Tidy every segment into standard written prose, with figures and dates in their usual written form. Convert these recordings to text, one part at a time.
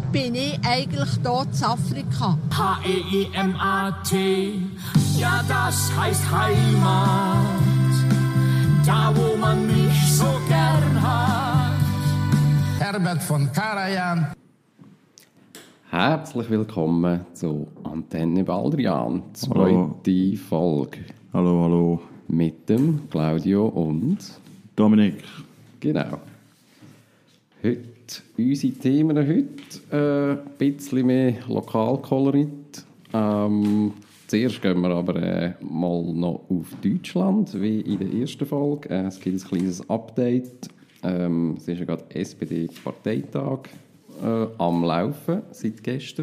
bin ich eigentlich hier in Afrika. Heimat, ja das heißt Heimat, da wo man mich so gern hat. Herbert von Karajan. Herzlich willkommen zu Antenne Baldrian, zweite Folge. Hallo, hallo. Mit dem Claudio und Dominik. Genau. Heute, unsere Themen heute, ein bisschen mehr Lokalkolorit. Zuerst gehen wir aber mal noch auf Deutschland, wie in der ersten Folge. Es gibt ein kleines Update. Es ist ja gerade SPD-Parteitag am Laufen seit gestern.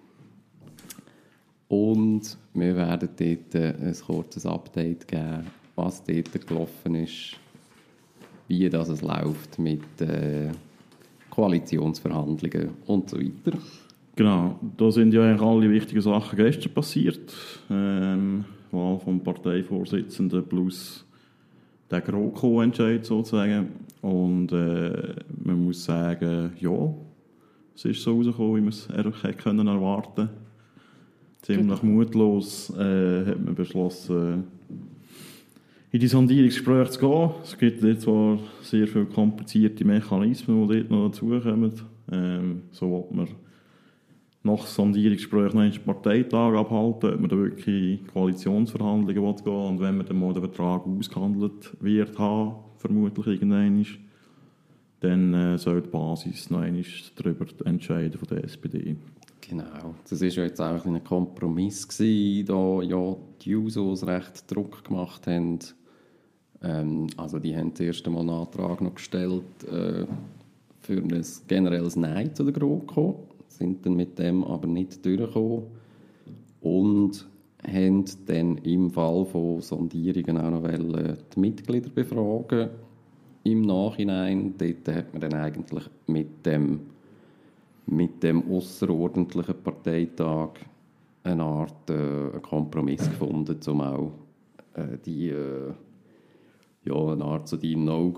Und wir werden dort ein kurzes Update geben, was dort gelaufen ist, wie das es läuft mit Koalitionsverhandlungen und so weiter. Genau, da sind ja eigentlich alle wichtigen Sachen gestern passiert. Wahl vom Parteivorsitzenden plus der GroKo-Entscheid sozusagen. Und man muss sagen, ja, es ist so rausgekommen, wie man es erwarten konnte. Ziemlich mutlos hat man beschlossen, in die Sondierungsgespräche zu gehen. Es gibt jetzt zwar sehr viele komplizierte Mechanismen, die dort noch dazukommen. So will man nach Sondierungsgesprächen noch einen Parteitag abhalten, ob man da wirklich Koalitionsverhandlungen gehen will. Und wenn man dann mal den Vertrag ausgehandelt wird haben, vermutlich irgendwann, dann soll die Basis noch einmal darüber entscheiden von der SPD. Genau, das war ja jetzt auch ein Kompromiss gewesen, da ja die Jusos recht Druck gemacht haben. Also die haben das erste Mal einen Antrag noch gestellt für ein generelles Nein zu der GroKo, sind dann mit dem aber nicht durchgekommen und haben dann im Fall von Sondierungen auch noch die Mitglieder befragen. Im Nachhinein, dort hat man dann eigentlich mit dem ausserordentlichen Parteitag eine Art Kompromiss gefunden, um auch eine Art so die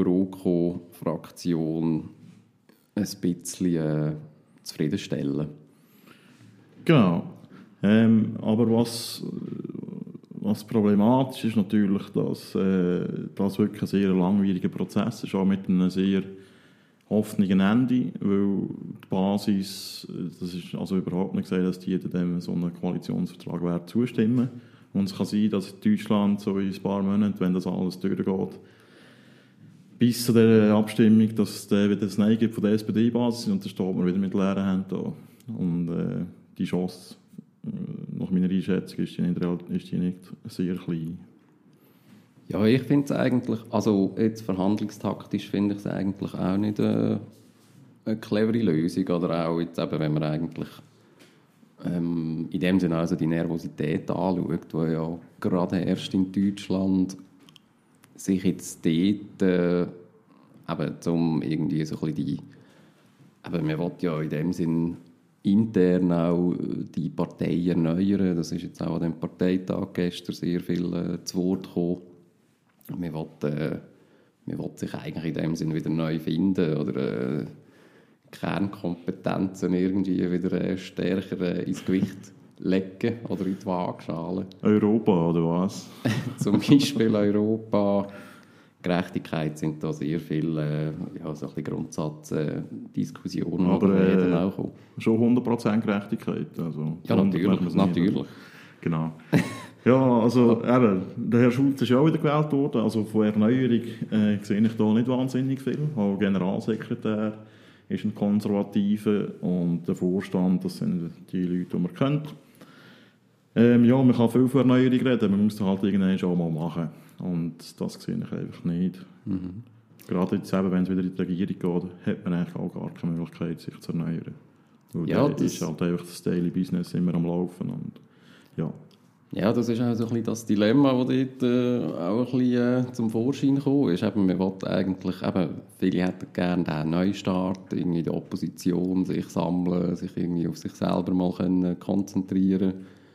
No-GroKo-Fraktion ein bisschen zufriedenstellen. Genau. Aber was problematisch ist natürlich, dass das wirklich ein sehr langwieriger Prozess ist, auch mit einem sehr offenen Ende, weil die Basis, das ist also überhaupt nicht gesagt, dass die dem so einen Koalitionsvertrag werden zustimmen. Und es kann sein, dass in Deutschland so in ein paar Monaten, wenn das alles durchgeht, bis zu der Abstimmung, dass es wieder ein Nein gibt von der SPD-Basis und dann steht man wieder mit leeren Händen da. Und die Chance, nach meiner Einschätzung, ist die nicht sehr klein. Ja, ich finde es eigentlich, also jetzt verhandlungstaktisch finde ich es eigentlich auch nicht eine clevere Lösung. Oder auch jetzt eben, wenn man eigentlich in dem Sinne also die Nervosität anschaut, die ja gerade herrscht in Deutschland, sich jetzt dort eben zum irgendwie so ein bisschen eben, man will ja in dem Sinne intern auch die Partei erneuern. Das ist jetzt auch an dem Parteitag gestern sehr viel zu Wort gekommen. Man will sich eigentlich in dem Sinne wieder neu finden oder Kernkompetenzen irgendwie wieder stärker ins Gewicht legen oder in die Waagschale. Europa oder was? Zum Beispiel Europa. Gerechtigkeit sind da sehr viele so ein bisschen Grundsatzdiskussionen. Aber auch schon 100% Gerechtigkeit. Also ja, natürlich. Genau. Ja, also eben, der Herr Schulz ist ja auch wieder gewählt worden. Also von Erneuerung sehe ich da nicht wahnsinnig viel. Auch Generalsekretär ist ein Konservativer und der Vorstand, das sind die Leute, die man kennt. Ja, man kann viel von Erneuerung reden, man muss das halt irgendwann schon mal machen. Und das sehe ich einfach nicht. Mhm. Gerade jetzt eben, wenn es wieder in die Regierung geht, hat man eigentlich auch gar keine Möglichkeit, sich zu erneuern. Weil ja, das ist halt einfach das Daily Business immer am Laufen. Und, ja. Ja, das ist auch so ein bisschen das Dilemma, das dort auch ein bisschen zum Vorschein gekommen ist. Eben, man will eigentlich, viele hätten gerne den Neustart, irgendwie die Opposition, sich sammeln, sich irgendwie auf sich selber mal können konzentrieren.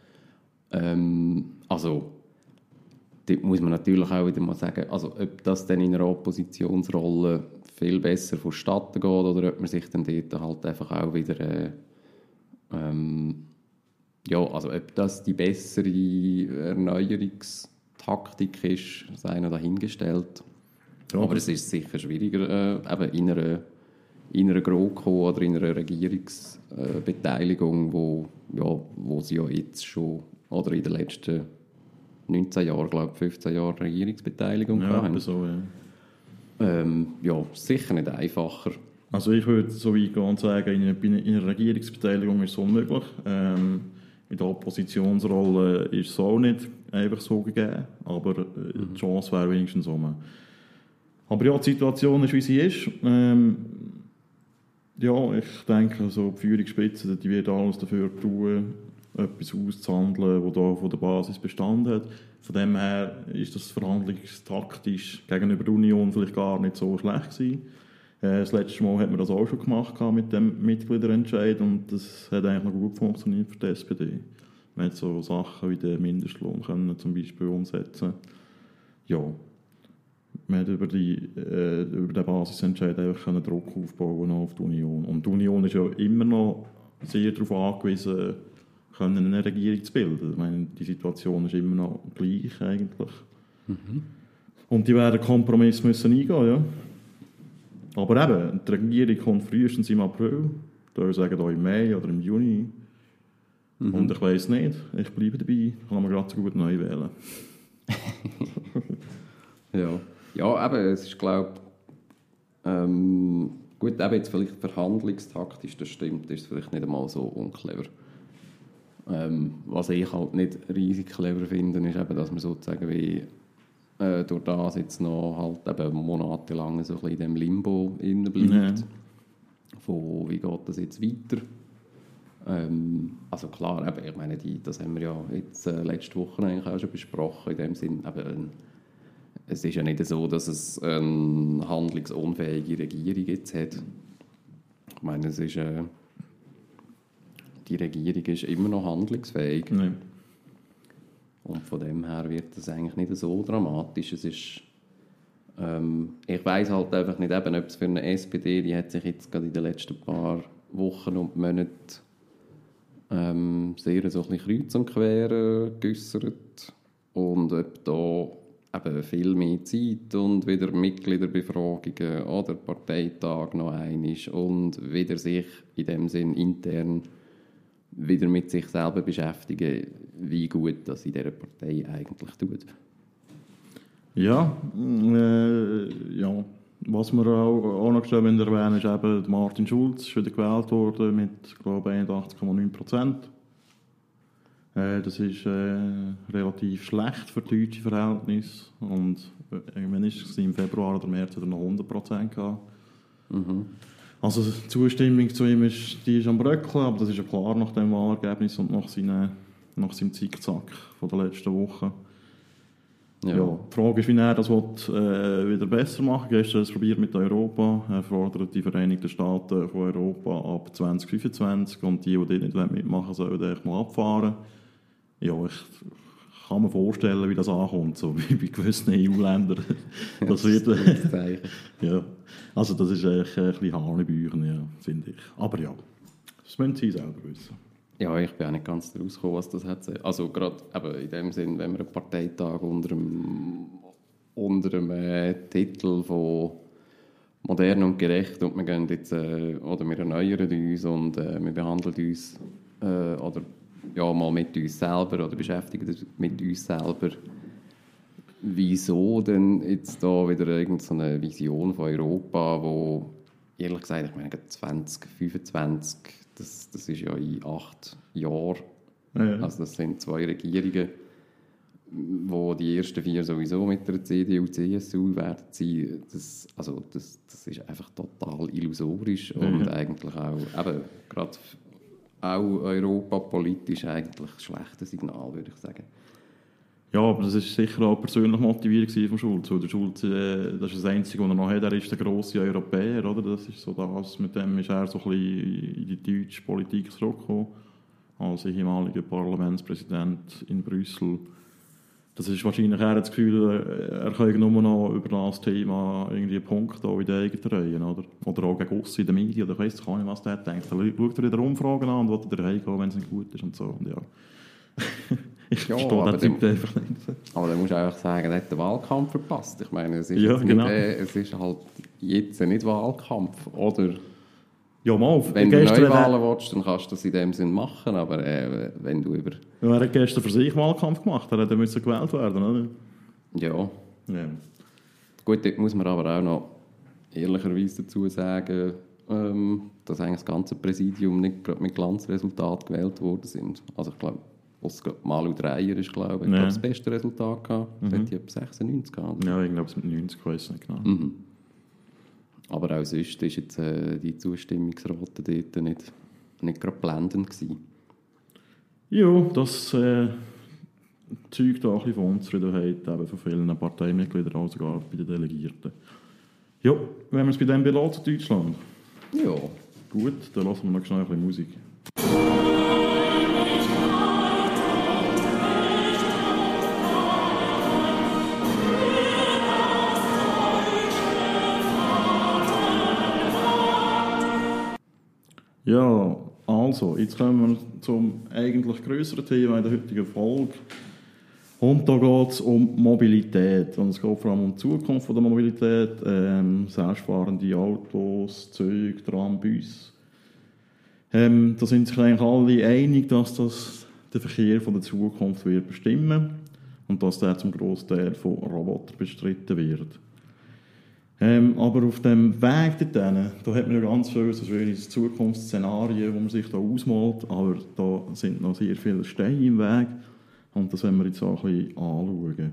Also, dort muss man natürlich auch wieder mal sagen, also ob das dann in einer Oppositionsrolle viel besser vonstatten geht oder ob man sich dann dort halt einfach auch wieder Ja, also ob das die bessere Erneuerungstaktik ist, sei noch dahingestellt. Ja, aber es ist sicher schwieriger, eben in einer GroKo oder in einer Regierungsbeteiligung, wo sie ja jetzt schon, oder in den letzten 19 Jahren, glaube ich, 15 Jahren Regierungsbeteiligung haben. So, ja. Ja, sicher nicht einfacher. Also ich würde so weit gehen und sagen, in einer Regierungsbeteiligung ist es unmöglich. In der Oppositionsrolle ist es auch nicht einfach so gegeben, aber die Chance wäre wenigstens um. Aber ja, die Situation ist, wie sie ist. Ja, ich denke, so die Führungsspitze, die wird alles dafür tun, etwas auszuhandeln, das da von der Basis bestanden hat. Von dem her ist das verhandlungstaktisch gegenüber der Union vielleicht gar nicht so schlecht gewesen. Das letzte Mal hat man das auch schon gemacht mit dem Mitgliederentscheid und das hat eigentlich noch gut funktioniert für die SPD. Man hat so Sachen wie den Mindestlohn können zum Beispiel umsetzen. Ja, man hat über den Basisentscheid einfach Druck aufbauen auf die Union. Und die Union ist ja immer noch sehr darauf angewiesen, eine Regierung zu bilden. Ich meine, die Situation ist immer noch gleich eigentlich. Und die werden Kompromiss müssen eingehen, ja. Aber eben, die Regierung kommt frühestens im April, da sagen auch im Mai oder im Juni. Und ich weiss nicht, ich bleibe dabei, kann man gerade so gut neu wählen. Ja, eben, es ist, glaube gut, eben jetzt vielleicht verhandlungstaktisch, das stimmt, ist es vielleicht nicht einmal so unclever. Was ich halt nicht riesig clever finde, ist eben, dass man sozusagen wie durch das jetzt noch halt eben monatelang so ein bisschen in diesem Limbo innen bleibt. Ja. Von wie geht das jetzt weiter? Also klar, eben, ich meine, das haben wir ja jetzt letzte Woche eigentlich auch schon besprochen, in dem Sinn, eben, es ist ja nicht so, dass es eine handlungsunfähige Regierung jetzt hat. Ich meine, es ist, die Regierung ist immer noch handlungsfähig. Nee. Und von dem her wird das eigentlich nicht so dramatisch. Es ist, ich weiss halt einfach nicht, eben, ob es für eine SPD, die hat sich jetzt gerade in den letzten paar Wochen und Monaten sehr so ein bisschen kreuz und quer geäussert. Und ob da eben viel mehr Zeit und wieder Mitgliederbefragungen oder Parteitag noch einmal und wieder sich in dem Sinn intern wieder mit sich selber beschäftigen, wie gut das in dieser Partei eigentlich tut. Ja, was wir auch noch schnell erwähnen, ist eben, Martin Schulz ist wieder gewählt worden mit, glaube ich, 81,9%. Das ist relativ schlecht für deutsche Verhältnisse. Und wann ist es? Im Februar oder März hat er noch 100% gehabt. Also die Zustimmung zu ihm ist am Bröckeln, aber das ist ja klar nach dem Wahlergebnis und nach seinem Zickzack von der letzten Woche. Ja, die Frage ist, wie er das wieder besser machen will. Gestern hat er es probiert mit Europa. Er fordert die Vereinigten Staaten von Europa ab 2025 und die dort nicht mitmachen sollen, echt mal abfahren. Ja, ich kann mir vorstellen, wie das ankommt, so wie bei gewissen EU-Ländern. Das wird, ja, also das ist eigentlich ein bisschen Hanebüchen, ja, finde ich. Aber ja, das müssen Sie selber wissen. Ja, ich bin auch nicht ganz daraus gekommen, was das hat. Also gerade in dem Sinn, wenn wir einen Parteitag unter dem Titel von modern und gerecht und wir gehen jetzt, oder wir erneuern uns und wir behandeln uns oder ja, mal mit uns selber oder beschäftigen uns mit uns selber. Wieso denn jetzt da wieder irgendeine Vision von Europa, wo ehrlich gesagt, ich meine 2025, das ist ja in 8 Jahren. Ja. Also das sind 2 Regierungen, wo die ersten 4 sowieso mit der CDU, CSU werden sein. Das ist einfach total illusorisch und eigentlich auch eben gerade auch europapolitisch eigentlich ein schlechtes Signal, würde ich sagen. Ja, aber das war sicher auch persönlich motiviert von Schulz. Der Schulz, das ist das Einzige, was er noch hat. Er ist der grosse Europäer, oder? Das ist so das. Mit dem ist er so ein bisschen in die deutsche Politik zurückgekommen. Als ehemaliger Parlamentspräsident in Brüssel. Das ist wahrscheinlich eher das Gefühl, er kann nur noch über das Thema irgendwie Punkte auch in den eigenen Reihen, oder auch gegen aussen in den Medien, oder ich weiss gar nicht, was der denkt. Dann schaut er wieder Umfragen an und will wieder heimgehen, wenn es nicht gut ist und so. Und ja. Ich verstehe den Typ einfach nicht. Aber dann musst du einfach sagen, er hat den Wahlkampf verpasst. Ich meine, es ist, Ja, jetzt genau. nicht, es ist halt jetzt nicht Wahlkampf, oder? Ja, mal. Wenn du gestern Neuwahlen willst, dann kannst du das in dem Sinn machen, aber wenn du über... er hat gestern für sich Wahlkampf gemacht, er musste gewählt werden, oder? Ja. Ja. Gut, dort muss man aber auch noch ehrlicherweise dazu sagen, dass eigentlich das ganze Präsidium nicht gerade mit Glanzresultat gewählt worden sind. Also ich glaube, was Malu Dreyer ist, glaube ich, Ja. das beste Resultat gehabt. Das hat die etwa 96 gehabt. Ja, ich glaube, es mit 90, ich weiss nicht genau. Aber auch sonst war jetzt die Zustimmungsrate dort nicht gerade blendend gewesen. Ja, das zeugt auch ein bisschen von Unzufriedenheit eben von vielen Parteimitgliedern, auch sogar bei den Delegierten. Ja, wenn wir es bei dem belassen, Deutschland. Ja. Gut, dann lassen wir noch schnell ein bisschen Musik. Ja, also, jetzt kommen wir zum eigentlich grösseren Thema in der heutigen Folge. Und da geht es um Mobilität. Und es geht vor allem um die Zukunft der Mobilität. Selbstfahrende Autos, Züge, Tram, Bus. Da sind sich eigentlich alle einig, dass das den Verkehr von der Zukunft wird bestimmen und dass der zum Grossteil von Robotern bestritten wird. Aber auf dem Weg dorthin, da hat man ja ganz viele so schöne Zukunftsszenarien, die man sich da ausmalt, aber da sind noch sehr viele Steine im Weg und das wollen wir jetzt auch ein bisschen anschauen.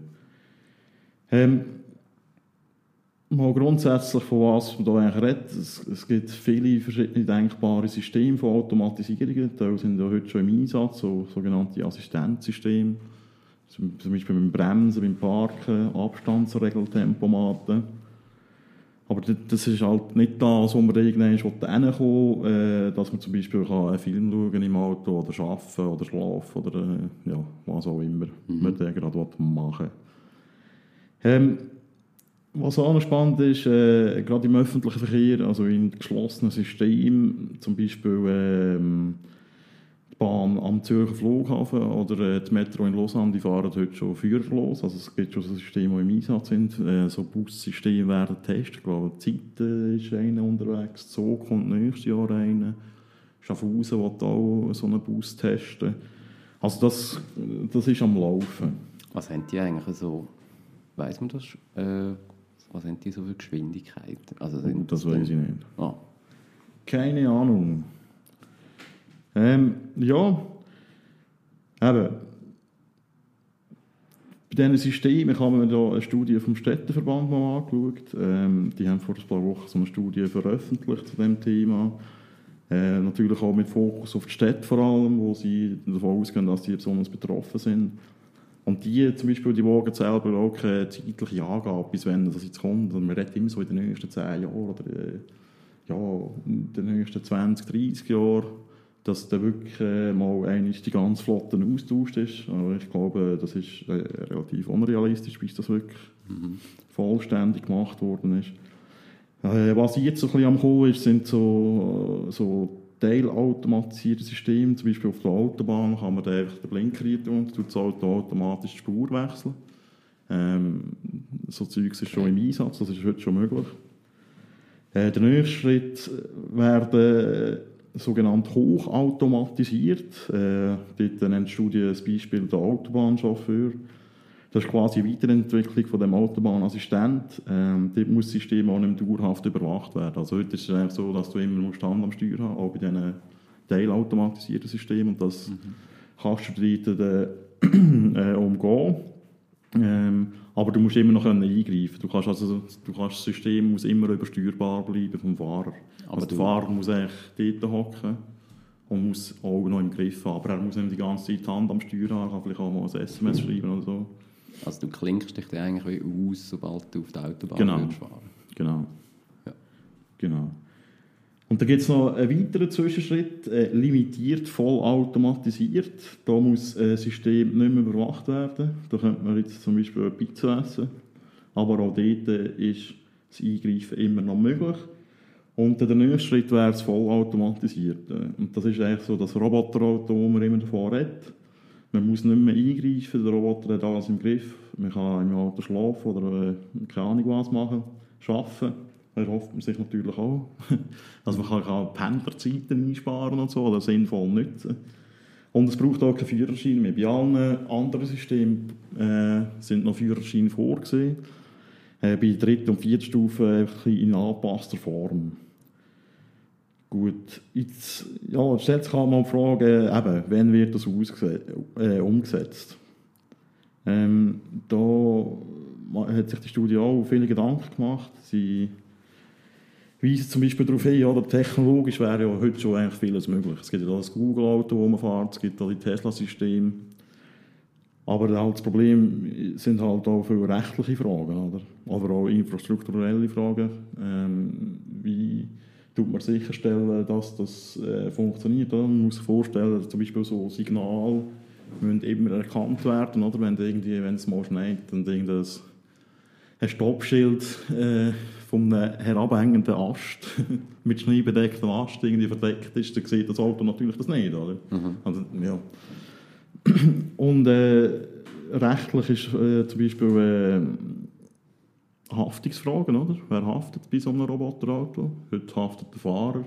Mal grundsätzlich, von was man da eigentlich redet, es gibt viele verschiedene denkbare Systeme von Automatisierungen, die sind ja heute schon im Einsatz, so sogenannte Assistenzsysteme, zum Beispiel beim Bremsen, beim Parken, Abstandsregeltempomaten. Aber das ist halt nicht das, wo man irgendwann hinkommen will, dass man zum Beispiel einen Film schauen im Auto oder arbeiten oder schlafen oder ja, was auch immer man da gerade machen will. Was auch noch spannend ist, gerade im öffentlichen Verkehr, also in geschlossenen Systemen, zum Beispiel die Bahn am Zürcher Flughafen oder die Metro in Lausanne, die fahren heute schon führerlos. Also es gibt schon so Systeme, die im Einsatz sind. So Bussysteme werden getestet. Ich glaube, Zeiten ist einer unterwegs, Zug kommt nächstes Jahr einer. Schaffhausen will auch so einen Bus testen. Also das ist am Laufen. Was haben die eigentlich so, weiss man das? Was haben die so für Geschwindigkeit? Also Das weiß ich nicht. Ah. Keine Ahnung. Ja, eben. Bei diesen Systemen haben wir da eine Studie vom Städteverband mal angeschaut. Die haben vor ein paar Wochen so eine Studie veröffentlicht zu diesem Thema. Natürlich auch mit Fokus auf die Städte vor allem, wo sie davon ausgehen, dass die besonders betroffen sind. Und die zum Beispiel, die wagen selber auch keine zeitliche Angabe, bis wann das jetzt kommt. Und man redet immer so in den nächsten 10 Jahren oder in den nächsten 20, 30 Jahren, dass da wirklich mal einmal die ganze Flotte austauscht ist. Aber ich glaube, das ist relativ unrealistisch, bis das wirklich vollständig gemacht worden ist. Was jetzt so ein bisschen am Kommen ist, sind so teilautomatisierte Systeme. Zum Beispiel auf der Autobahn kann man den Blinker rein tun und das Auto automatisch die Spur wechseln. So Zeugs ist schon im Einsatz, das ist heute schon möglich. Der nächste Schritt werden sogenannt hochautomatisiert. Dort nennt die Studie das Beispiel der Autobahnchauffeur. Das ist quasi eine Weiterentwicklung von dem Autobahnassistent. Dort muss das System auch nicht mehr dauerhaft überwacht werden. Also heute ist es einfach so, dass du immer Hand am Steuer haben, auch bei diesen teilautomatisierten Systemen. Und das kannst du dort umgehen. Aber du musst immer noch eingreifen. Das System muss immer übersteuerbar bleiben vom Fahrer. Also der Fahrer muss eigentlich dort hocken und muss auch noch im Griff haben. Aber er muss nicht die ganze Zeit die Hand am Steuer haben, kann vielleicht auch mal ein SMS schreiben oder so. Also du klinkst dich dann eigentlich wie aus, sobald du auf der Autobahn genau. willst fahren. Genau. Ja. Genau. Und dann gibt es noch einen weiteren Zwischenschritt, limitiert vollautomatisiert. Da muss ein System nicht mehr überwacht werden. Da könnte man jetzt zum Beispiel eine Pizza essen. Aber auch dort ist das Eingreifen immer noch möglich. Und der nächste Schritt wäre das Vollautomatisierte. Und das ist eigentlich so das Roboterauto, wo man immer davon redet. Man muss nicht mehr eingreifen, der Roboter hat alles im Griff. Man kann im Auto schlafen oder keine Ahnung was machen, arbeiten. Erhofft man sich natürlich auch. Also man kann auch Pendlerzeiten einsparen und so, oder sinnvoll nutzen. Und es braucht auch keinen Führerschein mehr. Bei allen anderen Systemen sind noch Führerscheine vorgesehen. Bei der 3. und 4. Stufe in angepasster Form. Gut, jetzt stellt sich mal die Frage, wann wird das umgesetzt? Da hat sich die Studie auch viele Gedanken gemacht. Sie weisen zum Beispiel darauf hin, oder technologisch wäre ja heute schon eigentlich vieles möglich. Es gibt ja das Google-Auto, wo man fährt, es gibt auch die Tesla-Systeme. Aber das Problem sind halt auch viele rechtliche Fragen, oder auch infrastrukturelle Fragen. Wie tut man sicherstellen, dass das funktioniert? Oder? Man muss sich vorstellen, dass zum Beispiel so Signale müssen immer erkannt werden, oder? Wenn es mal schneit und ein Stoppschild von einem herabhängenden Ast mit schneebedecktem Ast irgendwie verdeckt ist, dann sieht das Auto natürlich das nicht, oder? Also, ja. Und rechtlich ist zum Beispiel Haftungsfragen, oder? Wer haftet bei so einem Roboterauto? Heute haftet der Fahrer.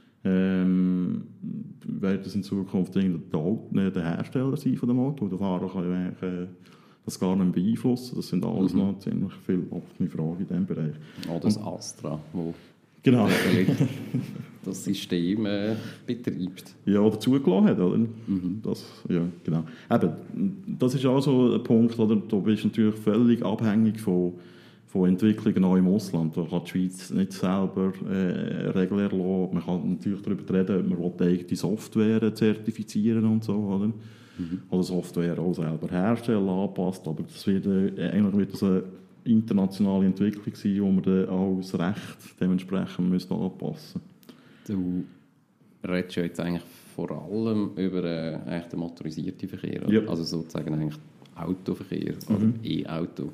Wird das in Zukunft der Hersteller sein von dem Auto? Der Fahrer kann ja das gar nicht beeinflussen. Das sind alles noch ziemlich viele offene Fragen in diesem Bereich. Auch das Astra, wo genau. das System betreibt. Ja, oder zugelassen hat, oder? Das, ja, genau. Eben, das ist auch so ein Punkt, oder? Du bist natürlich völlig abhängig von Entwicklungen auch im Ausland. Da kann die Schweiz nicht selber Regeln erlassen. Man kann natürlich darüber reden, ob man eigene Software zertifizieren und so, oder? Oder Software auch selber herstellen, anpasst. Aber das eigentlich wird das eine internationale Entwicklung sein, wo man dann auch das Recht dementsprechend anpassen müssen. Du redest ja jetzt eigentlich vor allem über den motorisierten Verkehr, oder? Ja. Also sozusagen eigentlich Autoverkehr oder E-Auto.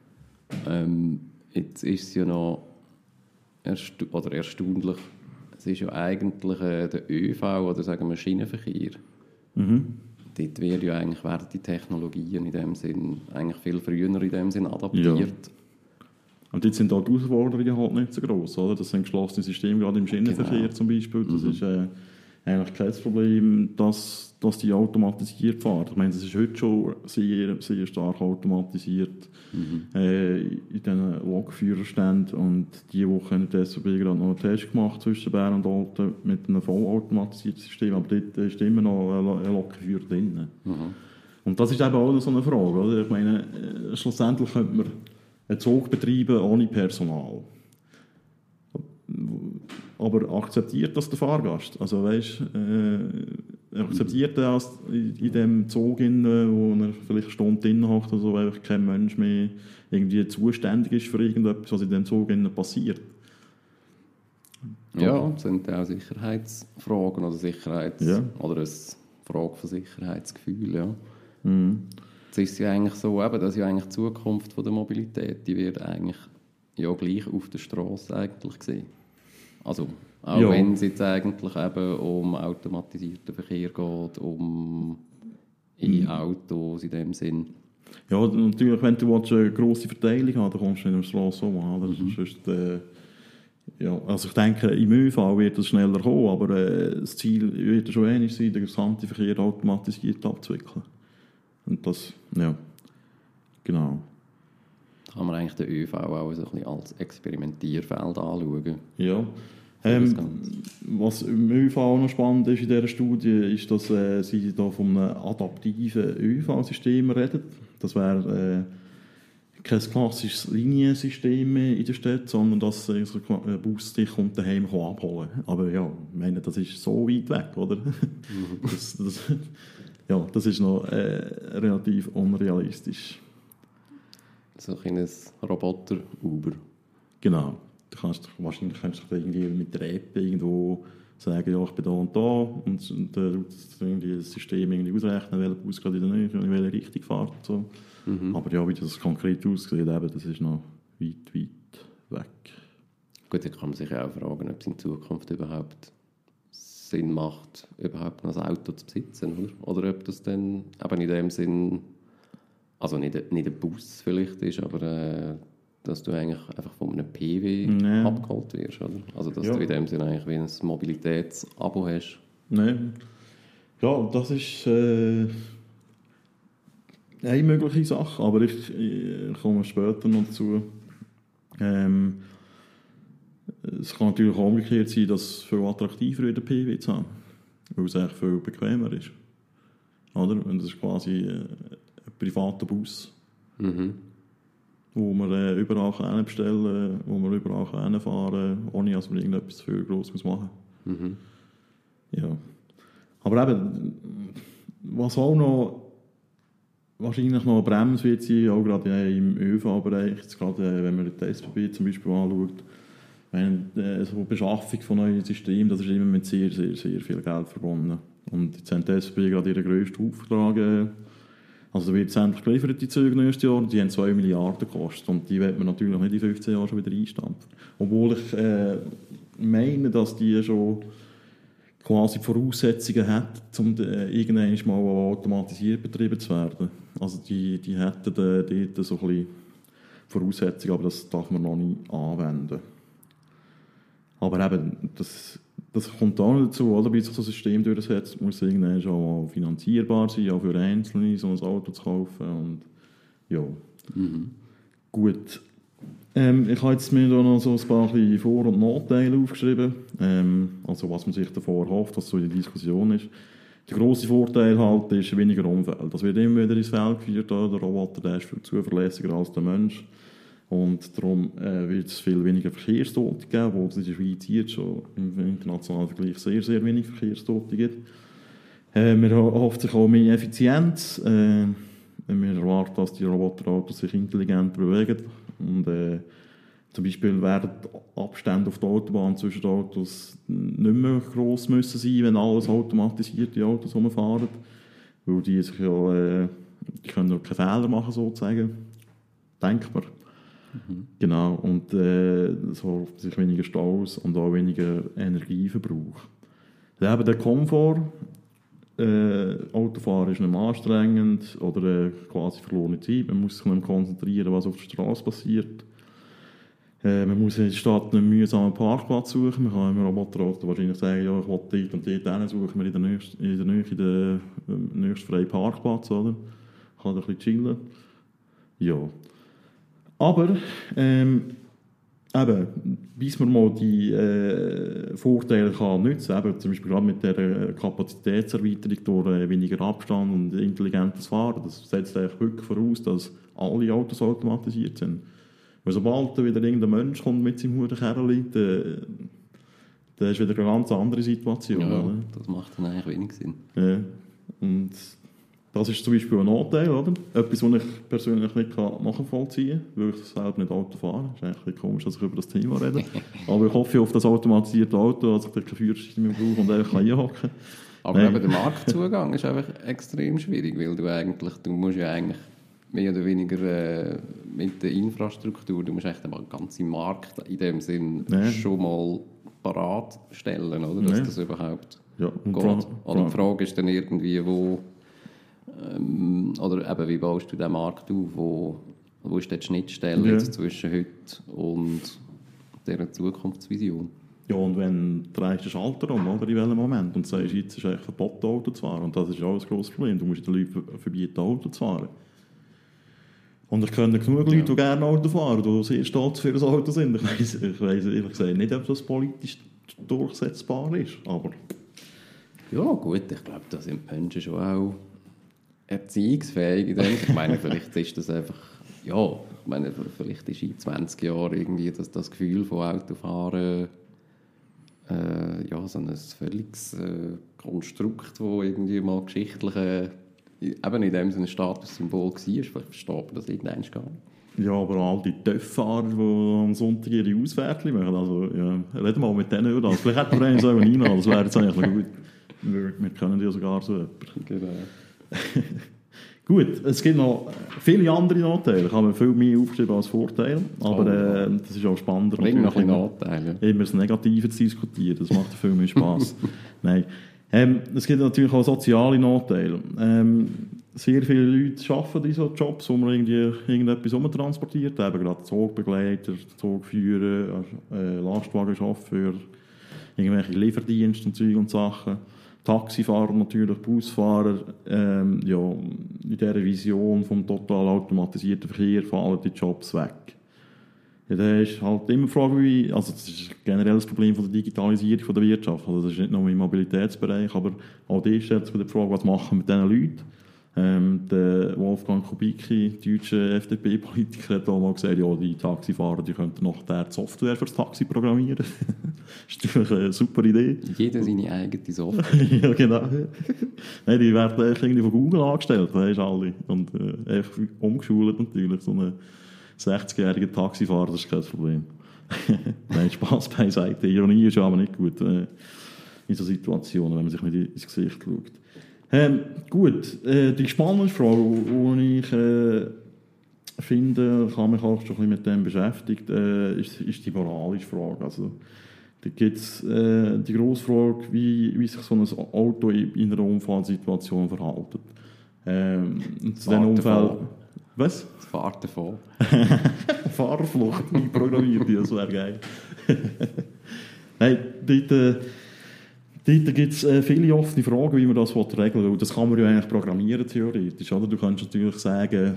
Jetzt ist es ja noch erstaunlich, es ist ja eigentlich der ÖV oder sagen wir Schienenverkehr. Dort werden ja eigentlich die Technologien in dem Sinn eigentlich viel früher in dem Sinn adaptiert. Ja. Und jetzt sind auch die Herausforderungen halt nicht so gross, oder? Das sind geschlossene Systeme, gerade im Schienenverkehr zum Beispiel. Das ist eigentlich kein Problem, dass die automatisiert fahren. Ich meine, das ist heute schon sehr, sehr stark automatisiert in diesen Lokführerständen. Und diese Woche haben die SBB gerade noch einen Test gemacht zwischen Bern und Olten mit einem vollautomatisierten System. Aber dort ist immer noch ein Lokführer drin. Und das ist eben auch so eine Frage. Oder? Ich meine, schlussendlich könnte man einen Zug betreiben ohne Personal. Aber akzeptiert das der Fahrgast? Also weißt, akzeptiert er das in dem Zug, wo er vielleicht eine Stunde drin hockt oder so, weil kein Mensch mehr irgendwie zuständig ist für irgendetwas, was in dem Zug passiert? Ja, das sind auch Sicherheitsfragen oder oder eine Frage von Sicherheitsgefühl. Ja. Jetzt ist es ja eigentlich so, das ist ja eigentlich die Zukunft von der Mobilität, die wird eigentlich ja gleich auf der Straße eigentlich gesehen. Also, auch wenn es jetzt eigentlich eben um automatisierten Verkehr geht, um E-Autos in dem Sinn. Ja, natürlich, wenn du eine grosse Verteilung hast, dann kommst du nicht am Strasse um. Also ich denke, im ÖV wird es schneller kommen, aber das Ziel wird schon ähnlich sein, den gesamten Verkehr automatisiert abzuwickeln. Und das, ja, genau. Kann man eigentlich den ÖV auch so ein bisschen als Experimentierfeld anschauen? Ja. Was im ÖV auch noch spannend ist in dieser Studie, ist, dass sie da von einem adaptiven ÖV-System reden. Das wäre kein klassisches Liniensystem mehr in der Stadt, sondern dass ein Bus dich daheim abholen kann. Aber ja, ich meine, das ist so weit weg, oder? Das ist noch relativ unrealistisch. So ein Roboter-Uber. Genau. Wahrscheinlich könntest du irgendwie mit der App irgendwo sagen, ja, ich bin da und irgendwie das System irgendwie ausrechnen, welcher Bus gerade in der Nähe, in welche Richtung fährt. So. Aber ja, wie das konkret aussieht, eben, das ist noch weit weg. Gut, dann kann man sich auch fragen, ob es in Zukunft überhaupt Sinn macht, überhaupt noch ein Auto zu besitzen, oder ob das dann eben in dem Sinn, also nicht ein Bus vielleicht ist, aber dass du eigentlich einfach von einem PW abgeholt wirst, oder? Also dass du in dem Sinn eigentlich wie ein Mobilitätsabo hast. Nein. Ja, das ist eine mögliche Sache, aber ich komme später noch dazu. Es kann natürlich auch umgekehrt sein, dass es viel attraktiver ist, den PW zu haben, weil es eigentlich viel bequemer ist. Oder? Und das ist quasi ein privater Bus, wo man überall bestellen kann, wo man überall hinfahren kann, ohne dass man irgendetwas viel Grosses machen muss. Ja. Aber eben, was auch noch wahrscheinlich noch eine Bremse wird sein, auch gerade im ÖV-Bereich, gerade wenn man die SBB zum Beispiel anschaut, so Beschaffung von neuen Systemen, das ist immer mit sehr, sehr, sehr viel Geld verbunden. Und jetzt haben die SBB gerade ihren grössten Auftrag, also da wird es endlich geliefert, die Züge nächstes Jahr, die haben 2 Milliarden gekostet und die wird man natürlich nicht in 15 Jahren schon wieder einstampfen. Obwohl ich meine, dass die schon quasi die Voraussetzungen hat, um irgendwann mal automatisiert betrieben zu werden. Also die hätten dort so ein bisschen Voraussetzungen, aber das darf man noch nicht anwenden. Aber eben, das kommt auch noch dazu, oder? Bis sich das System durchsetzt, muss es irgendwann schon mal finanzierbar sein, auch für Einzelne so ein Auto zu kaufen. Und, ja. Gut. Ich habe jetzt mir da noch so ein paar Vor- und Nachteile aufgeschrieben. Also was man sich davor hofft, was so in der Diskussion ist. Der grosse Vorteil halt ist weniger Unfälle. Das wird immer wieder ins Feld geführt. Der Roboter, der ist viel zuverlässiger als der Mensch. Und darum wird es viel weniger Verkehrstote geben, wo es in der Schweiz jetzt schon im internationalen Vergleich sehr, sehr wenig Verkehrstote gibt. Man hofft sich auch mehr Effizienz. Wir erwarten, dass die Roboterautos sich intelligenter bewegen. Und zum Beispiel werden Abstände auf der Autobahn zwischen den Autos nicht mehr gross müssen sein, wenn alles automatisierte Autos rumfahren. Weil die sich ja, die können ja keine Fehler machen, sozusagen. Denkt man. Genau, und so sich weniger Staus und auch weniger Energieverbrauch. Eben der Komfort, Autofahren ist nicht mehr anstrengend oder quasi verlorene Zeit. Man muss sich nicht mehr konzentrieren, was auf der Straße passiert. Man muss in der Stadt einen mühsamen Parkplatz suchen. Man kann im Roboterauto wahrscheinlich sagen, ja, ich will dort und dort hin, suchen wir in der nächsten freien Parkplatz, oder? Kann ein bisschen chillen. Ja. Aber, eben, bis man mal die Vorteile kann nutzen kann, zum Beispiel gerade mit der Kapazitätserweiterung durch weniger Abstand und intelligentes Fahren, das setzt eigentlich wirklich voraus, dass alle Autos automatisiert sind. Weil sobald da wieder irgendein Mensch kommt mit seinem Hurenkerli, dann ist wieder eine ganz andere Situation. Ja, oder? Das macht dann eigentlich wenig Sinn. Ja, und das ist zum Beispiel ein Nachteil, oder? Etwas, was ich persönlich nicht nachvollziehen kann, weil ich selber nicht Auto fahre. Es ist eigentlich komisch, dass ich über das Thema rede. Aber ich hoffe auf das automatisierte Auto, dass ich keine Führerschein mehr brauche und einfach einhaken kann. Aber eben der Marktzugang ist einfach extrem schwierig, weil du musst ja eigentlich mehr oder weniger mit der Infrastruktur, du musst echt den ganzen Markt in dem Sinn schon mal parat stellen, oder? Dass das überhaupt geht. Und die Frage ist dann irgendwie, wo oder eben, wie baust du den Markt auf? Wo ist die Schnittstelle jetzt zwischen heute und dieser Zukunftsvision? Ja, und wenn du drehst den Schalter um, oder in welchem Moment, und sagst, jetzt ist eigentlich verboten, Auto zu fahren, und das ist auch ein grosses Problem, du musst den Leuten verbieten, Auto zu fahren. Und ich kenne genug Leute, die gerne Auto fahren, die sehr stolz für das Auto sind. Ich weiss ehrlich gesagt nicht, ob das politisch durchsetzbar ist, aber... Ja gut, ich glaube, da sind die Menschen schon auch erziehungsfähig. Ich meine, vielleicht ist das einfach, vielleicht ist in 20 Jahren irgendwie das Gefühl von Autofahren so ein völliges Konstrukt, das irgendwie mal geschichtlich eben in dem Sinne ein Statussymbol war. Vielleicht versteht man das irgendwann gar nicht. Ja, aber all die TÜV-Fahrer, die am Sonntag ihre Ausfährtchen machen, also ja, reden wir mal mit denen über das. Vielleicht hätten wir einen so rein, das wäre jetzt eigentlich noch gut. Wir können ja sogar so jemanden. Genau. Gut, es gibt noch viele andere Nachteile. Ich habe viel mehr aufgeschrieben als Vorteile, aber das ist auch spannender. Bring noch ein bisschen Nachteile. Immer das Negative zu diskutieren, das macht viel mehr Spass. Nein. Es gibt natürlich auch soziale Nachteile. Sehr viele Leute arbeiten in solchen Jobs, wo man irgendetwas umtransportiert, eben gerade Zugbegleiter, Zugführer, Lastwagenchauffeur, irgendwelche Lieferdienste und Zeug und Sachen. Taxifahrer natürlich, Busfahrer, ja, in dieser Vision vom total automatisierten Verkehr fallen die Jobs weg. Ja, da ist halt immer die Frage, also das ist generell das Problem von der Digitalisierung von der Wirtschaft, also das ist nicht nur im Mobilitätsbereich, aber auch die stellt sich die Frage, was machen wir mit diesen Leuten? Der Wolfgang Kubicki, deutscher FDP-Politiker, hat auch mal gesagt, ja, die Taxifahrer die könnten noch die Software für das Taxi programmieren. Das ist natürlich eine super Idee. Jeder seine eigene Software. Ja, genau. Nein, die werden irgendwie von Google angestellt, das ist alle. Und echt umgeschult natürlich. So ein 60-jähriger Taxifahrer, das ist kein Problem. Nein, Spaß beiseite. Ironie ist aber nicht gut in so Situationen, wenn man sich nicht ins Gesicht schaut. Gut, die spannende Frage, die ich finde, kann mich auch schon ein bisschen mit dem beschäftigt, ist die moralische Frage. Also, da gibt es die grosse Frage, wie sich so ein Auto in einer Unfallsituation verhält. Zu diesen Unfällen... Was? Es fährt davon. Fahrerflucht einprogrammiert, das wäre geil. Nein, dort gibt es viele offene Fragen, wie man das regeln will. Das kann man ja eigentlich programmieren, theoretisch. Oder? Du kannst natürlich sagen,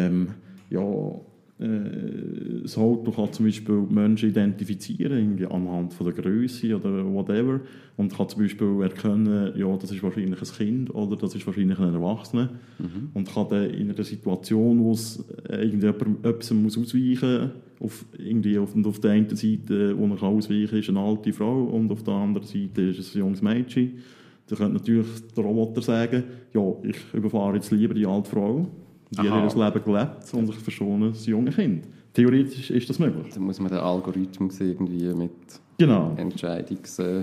das Auto kann zum Beispiel Menschen identifizieren, anhand von der Größe oder whatever. Und kann zum Beispiel erkennen, ja, das ist wahrscheinlich ein Kind oder das ist wahrscheinlich ein Erwachsener. Und kann dann in einer Situation, wo es irgendjemand muss ausweichen muss, auf der einen Seite, wo man ausweichen kann, ist eine alte Frau und auf der anderen Seite ist es ein junges Mädchen. Dann könnte natürlich der Roboter sagen, ja, ich überfahre jetzt lieber die alte Frau. Die hat ihr Leben gelebt und ich verschone das junge Kind. Theoretisch ist das möglich. Dann muss man den Algorithmus irgendwie mit Entscheidungen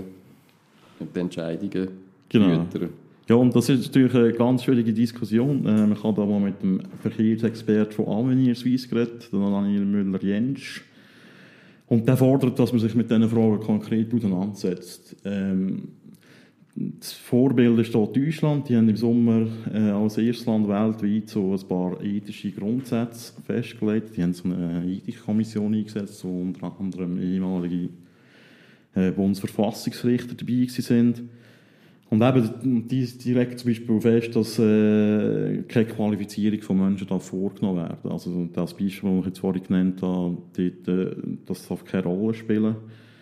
füttern. Ja, und das ist natürlich eine ganz schwierige Diskussion. Man kann da mal mit dem Verkehrsexperten von Avenir Suisse geredet, Daniel Müller-Jentsch. Und der fordert, dass man sich mit diesen Fragen konkret auseinandersetzt. Das Vorbild ist hier Deutschland. Die haben im Sommer als erstes Land weltweit so ein paar ethische Grundsätze festgelegt. Die haben so eine Ethikkommission eingesetzt, wo unter anderem ehemalige Bundesverfassungsrichter dabei sind. Und eben, die legen zum Beispiel fest, dass keine Qualifizierung von Menschen vorgenommen werden darf. Also das Beispiel, das ich jetzt vorhin genannt habe, das darf keine Rolle spielen.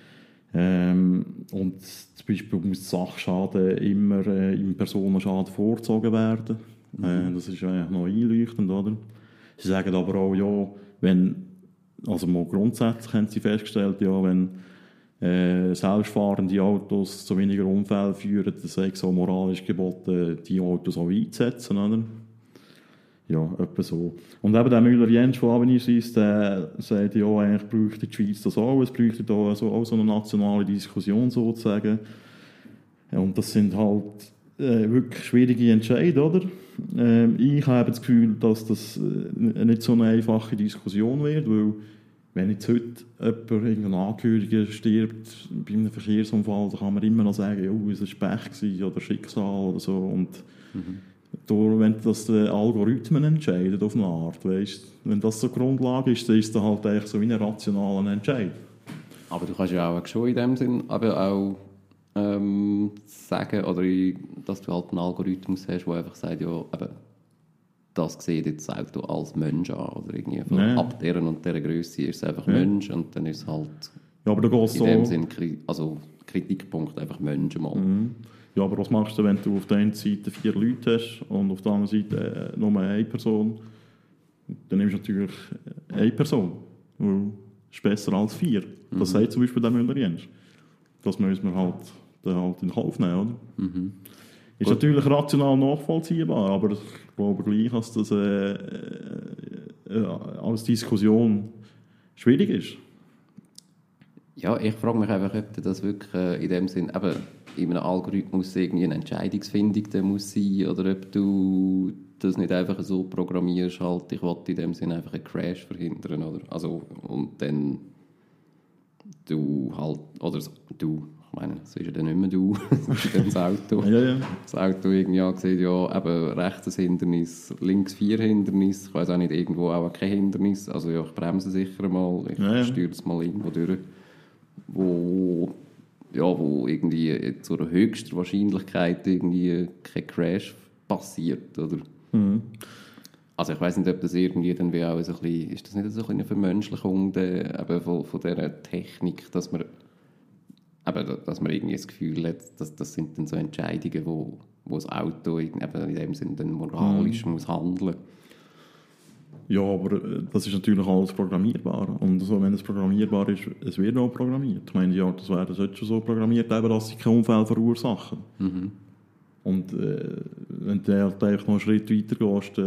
Und zum Beispiel muss Sachschaden immer im Personenschaden vorgezogen werden. Das ist eigentlich noch einleuchtend, oder? Sie sagen aber auch, ja, also mal grundsätzlich haben sie festgestellt, ja, wenn selbstfahrende Autos zu weniger Unfällen führen, dann sei es so moralisch geboten, die Autos auch einzusetzen, oder? Ja, etwa so. Und eben der Müller-Jentsch von Avenir Suisse, der sagt, ja, eigentlich bräuchte die Schweiz das auch, es bräuchte da auch so eine nationale Diskussion sozusagen. Und das sind halt wirklich schwierige Entscheidungen, oder? Ich habe das Gefühl, dass das nicht so eine einfache Diskussion wird, weil wenn jetzt heute irgendein Angehöriger stirbt bei einem Verkehrsunfall, dann kann man immer noch sagen, ja, es war Pech oder Schicksal oder so. Und wenn das die Algorithmen entscheiden auf eine Art, weißt, wenn das so Grundlage ist, dann ist das halt eigentlich so wie ein rationaler Entscheid. Aber du kannst ja auch schon in dem Sinn aber auch sagen, oder dass du halt einen Algorithmus hast, der einfach sagt, ja, eben, das sieht jetzt das Auto als Mensch an. Oder irgendwie ab deren und dieser Größe ist es einfach Mensch und dann ist es halt aber da in dem Sinn also Kritikpunkt einfach Menschen mal. Ja, aber was machst du, wenn du auf der einen Seite 4 Leute hast und auf der anderen Seite nur eine Person? Dann nimmst du natürlich eine Person, weil es ist besser als 4. Das sagt zum Beispiel der Müller-Jentsch. Das müssen wir halt in Kauf nehmen, oder? Ist natürlich rational nachvollziehbar, aber ich glaube gleich, dass das als Diskussion schwierig ist. Ja, ich frage mich einfach, ob das wirklich in dem Sinn, eben in einem Algorithmus irgendwie eine Entscheidungsfindung da muss sein, oder ob du das nicht einfach so programmierst, halt, ich will in dem Sinn einfach einen Crash verhindern, oder? Also, und dann du halt, oder du, ich meine, es ist ja dann nicht mehr du, es ist dann das Auto. Ja. Das Auto irgendwie sieht, ja, eben rechts ein Hindernis, links 4 Hindernisse, ich weiss auch nicht, irgendwo auch kein Hindernis, also ja, ich bremse sicher mal, ich steuere es mal irgendwo durch, wo irgendwie zu der höchsten Wahrscheinlichkeit irgendwie kein Crash passiert, oder? Mhm. Also ich weiss nicht, ob das irgendwie dann wie auch so ein bisschen, ist das nicht so eine Vermenschlichung von dieser Technik, dass man irgendwie das Gefühl hat, dass das sind dann so Entscheidungen, wo das Auto in dem Sinne dann moralisch muss handeln. Ja, aber das ist natürlich alles programmierbar. Und so, wenn es programmierbar ist, es wird auch programmiert. Ich meine, die Autos werden schon so programmiert, eben, dass sie keinen Unfall verursachen. Mhm. Und wenn du halt noch einen Schritt weiter gehst,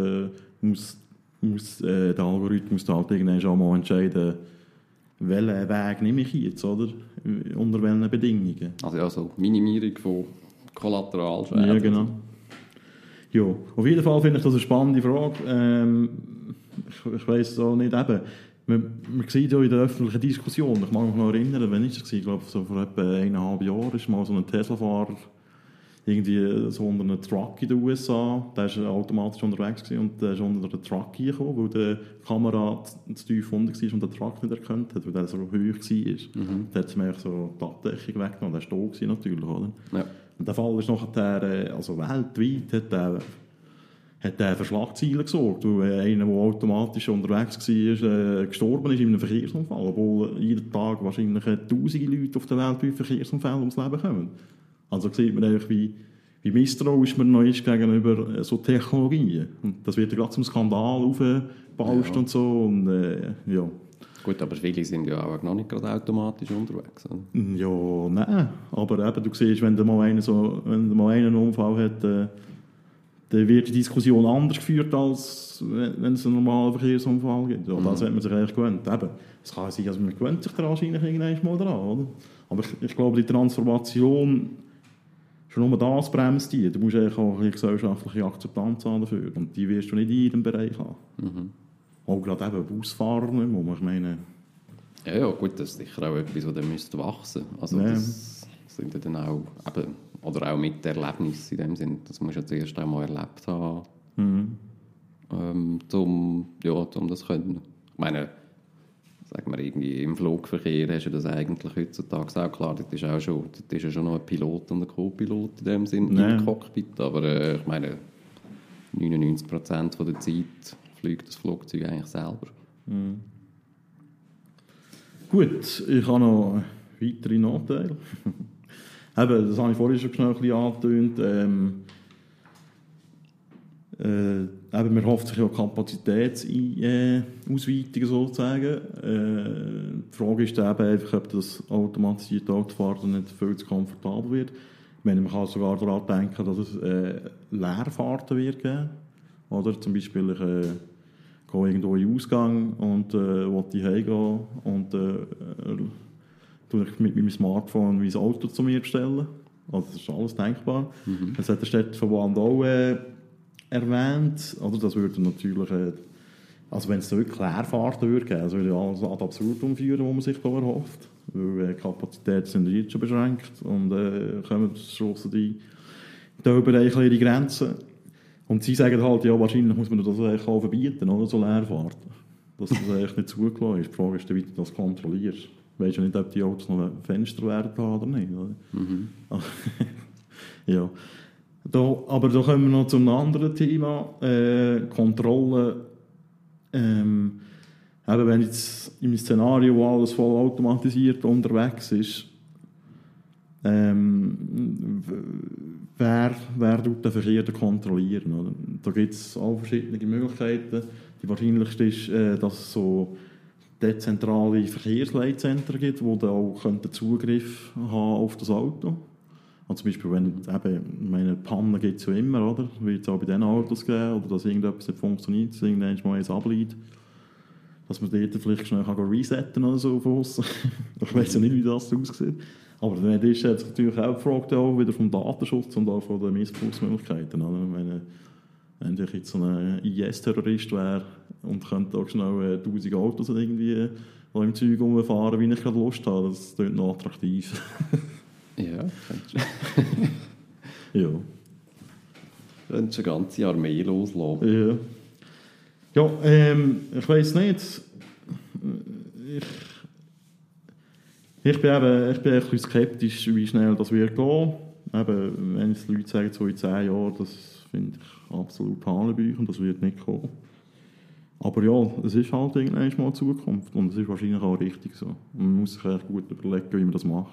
muss der Algorithmus halt irgendwann schon mal entscheiden, welchen Weg nehme ich jetzt, oder? Unter welchen Bedingungen. Also Minimierung von Kollateralschäden. Ja, genau. Ja, auf jeden Fall finde ich das eine spannende Frage. Ich weiss auch nicht, eben, man sieht ja in der öffentlichen Diskussion, ich mag mich noch erinnern, wann war das? Ich glaube, so vor etwa 1,5 Jahren ist mal so ein Tesla-Fahrer irgendwie so unter einem Truck in den USA, der war automatisch unterwegs gewesen, und der ist unter den Truck gekommen, weil die Kamera zu tief unten war und der Truck nicht erkannt hat, weil der so hoch war. Mhm. Da hat sie mir so die Abdeckung weggenommen, der war da natürlich, oder? Ja. Und der Fall ist nachher, also weltweit hat der für Schlagzeilen gesorgt, weil einer, der automatisch unterwegs war, gestorben ist in einem Verkehrsunfall, obwohl jeden Tag wahrscheinlich tausende Leute auf der Welt bei Verkehrsunfällen ums Leben kommen. Also sieht man eigentlich, wie misstrauisch man noch ist gegenüber so Technologien. Und das wird ja gerade zum Skandal aufgebauscht und so. Und, ja. Gut, aber viele sind ja auch noch nicht gerade automatisch unterwegs. Oder? Ja, nein. Aber eben, du siehst, wenn mal einer einen Unfall hat, dann wird die Diskussion anders geführt, als wenn es einen normalen Verkehrsunfall gibt. Ja, das hat man sich eigentlich gewöhnt. Eben, es kann sein, also man gewöhnt sich da wahrscheinlich irgendwann mal dran. Oder? Aber ich glaube, die Transformation, schon nur das bremst die. Du musst eigentlich auch eine gesellschaftliche Akzeptanz haben dafür. Und die wirst du nicht in jedem Bereich haben. Mhm. Auch gerade eben Busfahrer nicht mehr, ich meine... Ja, gut, das ist sicher auch etwas, das müsste wachsen. Also das sind ja dann auch... Eben, oder auch mit Erlebnissen in dem Sinn. Das musst du ja zuerst einmal erlebt haben, um das zu können. Ich meine, sagen wir irgendwie im Flugverkehr hast du das eigentlich heutzutage auch klar. Dort ist ja schon noch ein Pilot und ein Co-Pilot in dem Sinn im Cockpit. Aber ich meine, 99% der Zeit fliegt das Flugzeug eigentlich selber. Mhm. Gut, ich habe noch weitere Nachteile. Eben, das habe ich vorhin schon schnell ein bisschen angetönt. Man hofft sich ja Kapazitätsausweitungen sozusagen. Die Frage ist dann eben einfach, ob das automatisierte Autofahren nicht viel zu komfortabel wird. Ich meine, man kann sogar daran denken, dass es Leerfahrten wird geben. Oder zum Beispiel, ich gehe irgendwo in den Ausgang und will heimgehen und tue ich mit meinem Smartphone mein Auto zu mir bestellen. Also das ist alles denkbar. Mhm. Das hat der Städteverband auch erwähnt. Oder das würde natürlich, also wenn es wirklich Leerfahrten würde geben, das würde alles ad absurdum führen, was man sich da erhofft. Weil Kapazitäten sind jetzt schon beschränkt und kommen stossen die Teilbereiche ihre Grenzen. Und sie sagen halt, ja, wahrscheinlich muss man das eigentlich auch verbieten, oder? So Leerfahrten. Dass das eigentlich nicht zugelassen ist. Die Frage ist, wie du das kontrollierst. Ich weiss ja nicht, ob die Autos noch ein Fenster werden oder nicht. Oder? Mhm. Ja. Aber da kommen wir noch zu einem anderen Thema. Kontrolle. Wenn jetzt im Szenario, wo alles voll automatisiert unterwegs ist, wer tut den Verkehr kontrollieren? Oder? Da gibt es auch verschiedene Möglichkeiten. Die wahrscheinlichste ist, dass es so dezentrale Verkehrsleitzentren gibt, die auch Zugriff haben auf das Auto. Also zum Beispiel, wenn meine Pannen gibt es ja immer, oder? Wird es auch bei diesen Autos geben, oder dass irgendetwas nicht funktioniert, dass irgendwann mal eins ableitet. dass man dort vielleicht schnell resetten kann oder so von aussen. Ich weiß ja nicht, wie das aussieht. Aber dann ist jetzt natürlich auch die Frage auch wieder vom Datenschutz und auch von den Missbrauchsmöglichkeiten. Oder? Wenn ich jetzt so ein IS-Terrorist wäre und könnte auch schnell 1000 Autos irgendwie im Zeug rumfahren, wie ich gerade Lust habe, das klingt noch attraktiv. Ja, Ja. Könntest eine ganze Armee loslassen. Ja, ich weiss nicht. Ich bin ein bisschen skeptisch, wie schnell das wird gehen. Eben, wenn jetzt die Leute sagen, so in 10 Jahren, das finde ich absolut hanebüchen, das wird nicht kommen. Aber ja, es ist halt irgendwann mal Zukunft und es ist wahrscheinlich auch richtig so. Und man muss sich echt gut überlegen, wie man das macht.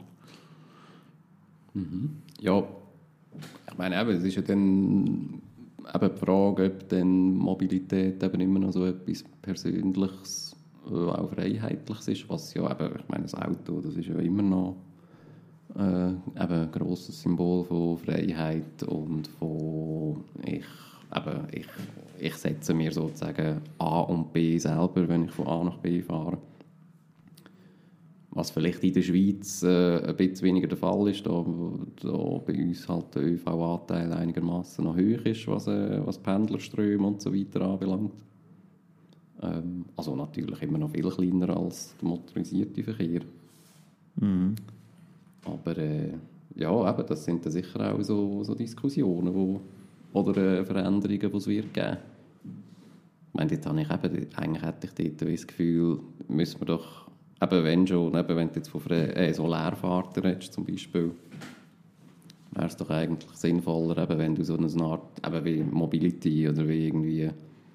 Mhm. Ja, ich meine, eben, es ist ja dann eben die Frage, ob dann Mobilität eben immer noch so etwas Persönliches, auch Freiheitliches ist, was ja eben, ich meine, das Auto, das ist ja immer noch eben ein grosses Symbol von Freiheit und von ich setze mir sozusagen A und B selber, wenn ich von A nach B fahre. Was vielleicht in der Schweiz ein bisschen weniger der Fall ist, da bei uns halt der ÖV-Anteil einigermaßen noch hoch ist, was Pendlerströme und so weiter anbelangt. Also natürlich immer noch viel kleiner als der motorisierte Verkehr. Mhm. Aber ja, eben, das sind dann sicher auch so Diskussionen, oder Veränderungen, die es wird geben. Ich meine, jetzt habe ich eigentlich hätte ich dort das Gefühl, müssen wir doch, eben wenn du jetzt von so Leerfahrten redest zum Beispiel, wäre es doch eigentlich sinnvoller, eben, wenn du so eine Art, eben wie Mobility oder wie irgendwie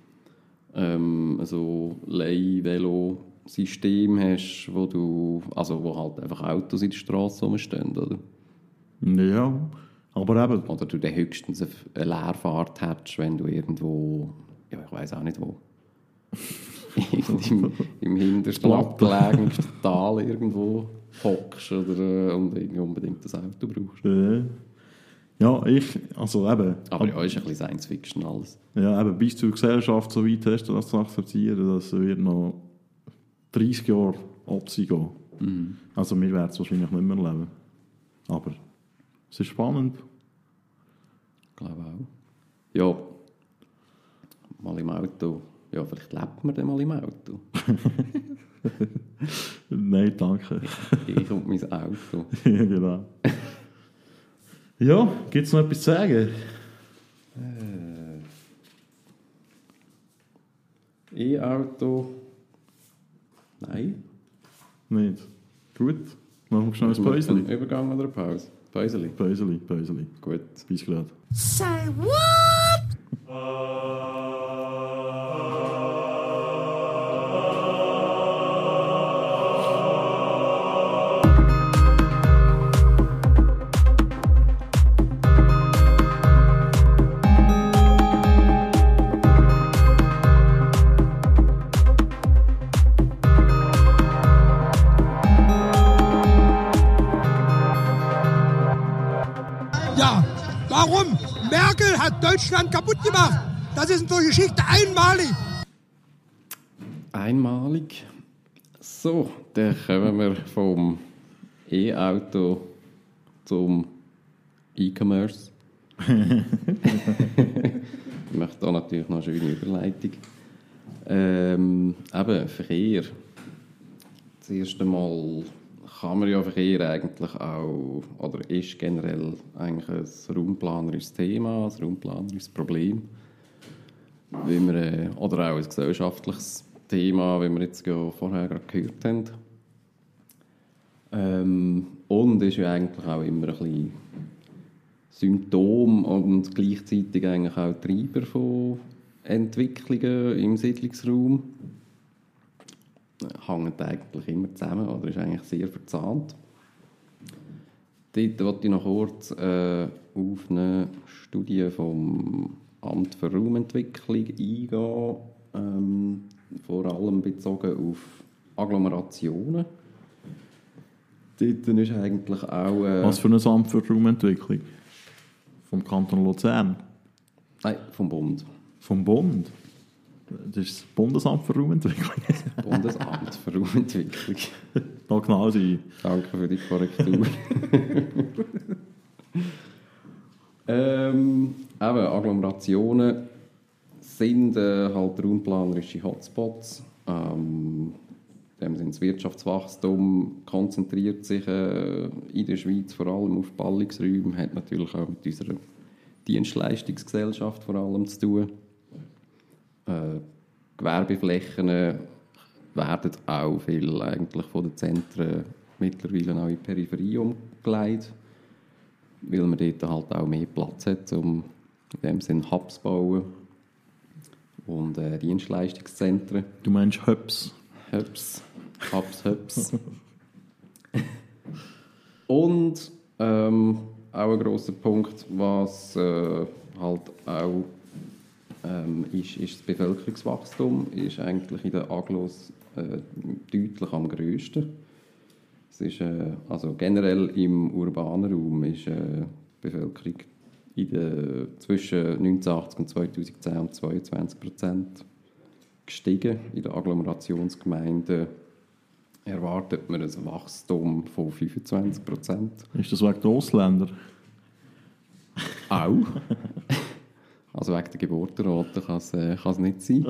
so Leih-Velo-System hast, wo halt einfach Autos in der Straße rumstehen, oder? Ja, aber eben... Oder du dann höchstens eine Leerfahrt hättest, wenn du irgendwo, ja, ich weiss auch nicht wo, im hintersten abgelegensten Tal irgendwo hockst oder und unbedingt das Auto brauchst. Ja, eben... Aber ja, ist ein bisschen Science-Fiction alles. Ja, eben, bis zur Gesellschaft so weit hast, das zu akzeptieren, das wird noch 30 Jahre ab sie gehen. Mhm. Also wir werden es wahrscheinlich nicht mehr leben. Aber es ist spannend. Ich glaube auch. Ja, mal im Auto. Ja, vielleicht lebt man dann mal im Auto. Nein, danke. Ich und mein Auto. Ja, genau. Ja, gibt es noch etwas zu sagen? E-Auto? Nein. Nicht. Gut. Machen wir schnell ein Päuschen. Übergang oder eine Pause? Päuseli. Gut. Bis gleich. Say what? Ja, warum? Merkel hat Deutschland kaputt gemacht. Das ist in der Geschichte einmalig. Einmalig. So, dann kommen wir vom E-Auto zum E-Commerce. Ich möchte da natürlich noch eine schöne Überleitung. Eben, Verkehr. Das erste Mal kann man ja Verkehr eigentlich auch, oder ist generell eigentlich ein raumplanerisches Thema, ein raumplanerisches Problem. Wie wir, oder auch ein gesellschaftliches Thema, wie wir jetzt ja vorher gerade gehört haben. Und ist ja eigentlich auch immer ein bisschen Symptom und gleichzeitig eigentlich auch Treiber von Entwicklungen im Siedlungsraum. Hängt eigentlich immer zusammen oder ist eigentlich sehr verzahnt. Dort wollte ich noch kurz auf eine Studie vom Amt für Raumentwicklung eingehen, vor allem bezogen auf Agglomerationen. Dort ist eigentlich auch... Was für ein Amt für Raumentwicklung? Vom Kanton Luzern? Nein, vom Bund. Vom Bund? Das ist das Bundesamt für Raumentwicklung. Bundesamt für Raumentwicklung. Da genau sein. Danke für die Korrektur. Eben, Agglomerationen sind halt raumplanerische Hotspots. Dem sind das Wirtschaftswachstum konzentriert sich in der Schweiz vor allem auf Ballungsräume, hat natürlich auch mit unserer Dienstleistungsgesellschaft vor allem zu tun. Gewerbeflächen werden auch viel eigentlich von den Zentren mittlerweile auch in die Peripherie umgelegt, weil man dort halt auch mehr Platz hat, um in dem Sinn Hubs zu bauen und Dienstleistungszentren. Du meinst Hubs? Hubs. Und auch ein grosser Punkt, was halt auch ist das Bevölkerungswachstum ist eigentlich in den Agglos deutlich am grössten. Es ist, also generell im urbanen Raum ist die Bevölkerung zwischen 1980 und 2010 um 22% gestiegen. In den Agglomerationsgemeinden erwartet man ein Wachstum von 25%. Ist das wegen der Ausländer? Auch. Also wegen der Geburtenrate kann es nicht sein.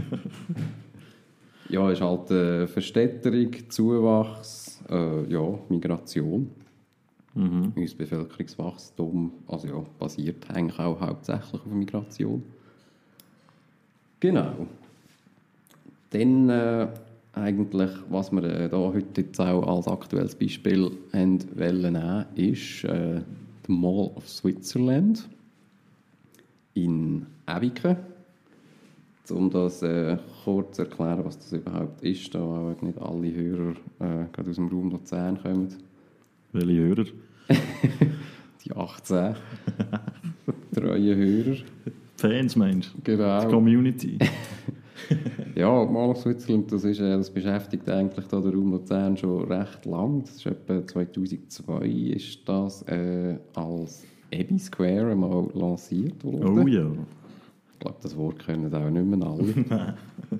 Ja, es ist halt Verstädterung, Zuwachs, Migration. Unser Bevölkerungswachstum basiert eigentlich auch hauptsächlich auf Migration. Genau. Dann eigentlich, was wir da heute jetzt auch als aktuelles Beispiel haben wollen nehmen, ist die Mall of Switzerland in Ebiken. Um das kurz zu erklären, was das überhaupt ist, da auch nicht alle Hörer gerade aus dem Raum Luzern kommen. Welche Hörer? Die 18 treue Hörer. Fans, meinst du? Genau. Die Community. Ja, Mall of Switzerland, das beschäftigt eigentlich da den Raum Luzern schon recht lang. Das ist etwa 2002 ist das als Abbey Square einmal lanciert worden. Oh ja. Ich glaube, das Wort können auch nicht mehr alle.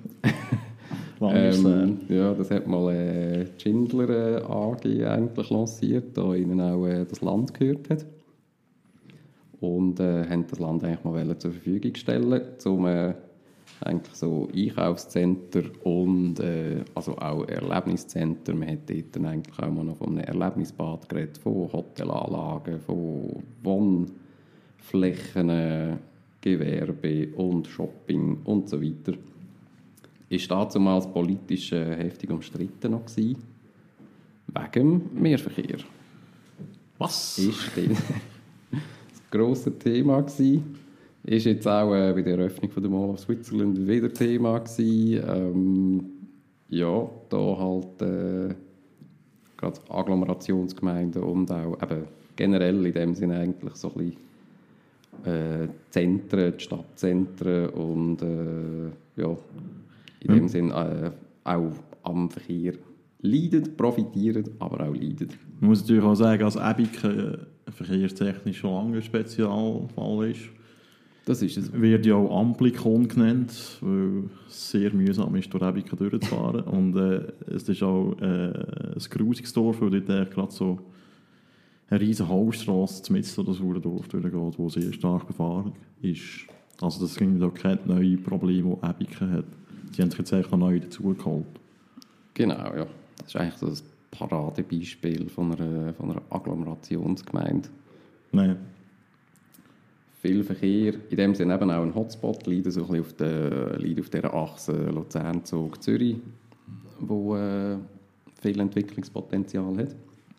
Ja, das hat mal Schindler AG eigentlich lanciert, da ihnen auch das Land gehört hat. Und haben das Land eigentlich mal zur Verfügung stellen, um eigentlich so Einkaufscenter und also auch Erlebniscenter. Man hat dort dann eigentlich auch mal noch von einem Erlebnisbad geredet, von Hotelanlagen, von Wohnflächen, Gewerbe und Shopping und so weiter. Ist damals politisch heftig umstritten noch gewesen, wegen dem Mehrverkehr. Was? Ist dann das grosse Thema gewesen. Ist jetzt auch bei der Eröffnung von der Mall of Switzerland wieder Thema gewesen. Ja, da halt gerade Agglomerationsgemeinden und auch eben generell in dem Sinne eigentlich so ein bisschen Zentren, die Stadtzentren und in dem Sinne auch am Verkehr leiden, profitieren, aber auch leiden. Man muss natürlich auch sagen, dass Ebiken verkehrstechnisch schon lange ein Spezialfall ist. Das ist es. Wird ja auch Amplikon genannt, weil es sehr mühsam ist, durch Ebiken durchzufahren. Und es ist auch ein grusiges Dorf, weil dort gerade so eine riesige Hauptstrasse mitten durch das Dorf durchgeht, die sehr stark befahren ist. Also das sind auch keine neuen Probleme, die Ebiken hat. Die haben sich jetzt eigentlich noch neu dazugeholt. Genau, ja. Das ist eigentlich so ein Paradebeispiel von einer Agglomerationsgemeinde. Nein. Viel Verkehr, in dem Sinne eben auch ein Hotspot, liegt so ein bisschen auf dieser Achse Luzern-Zug-Zürich, wo viel Entwicklungspotenzial hat.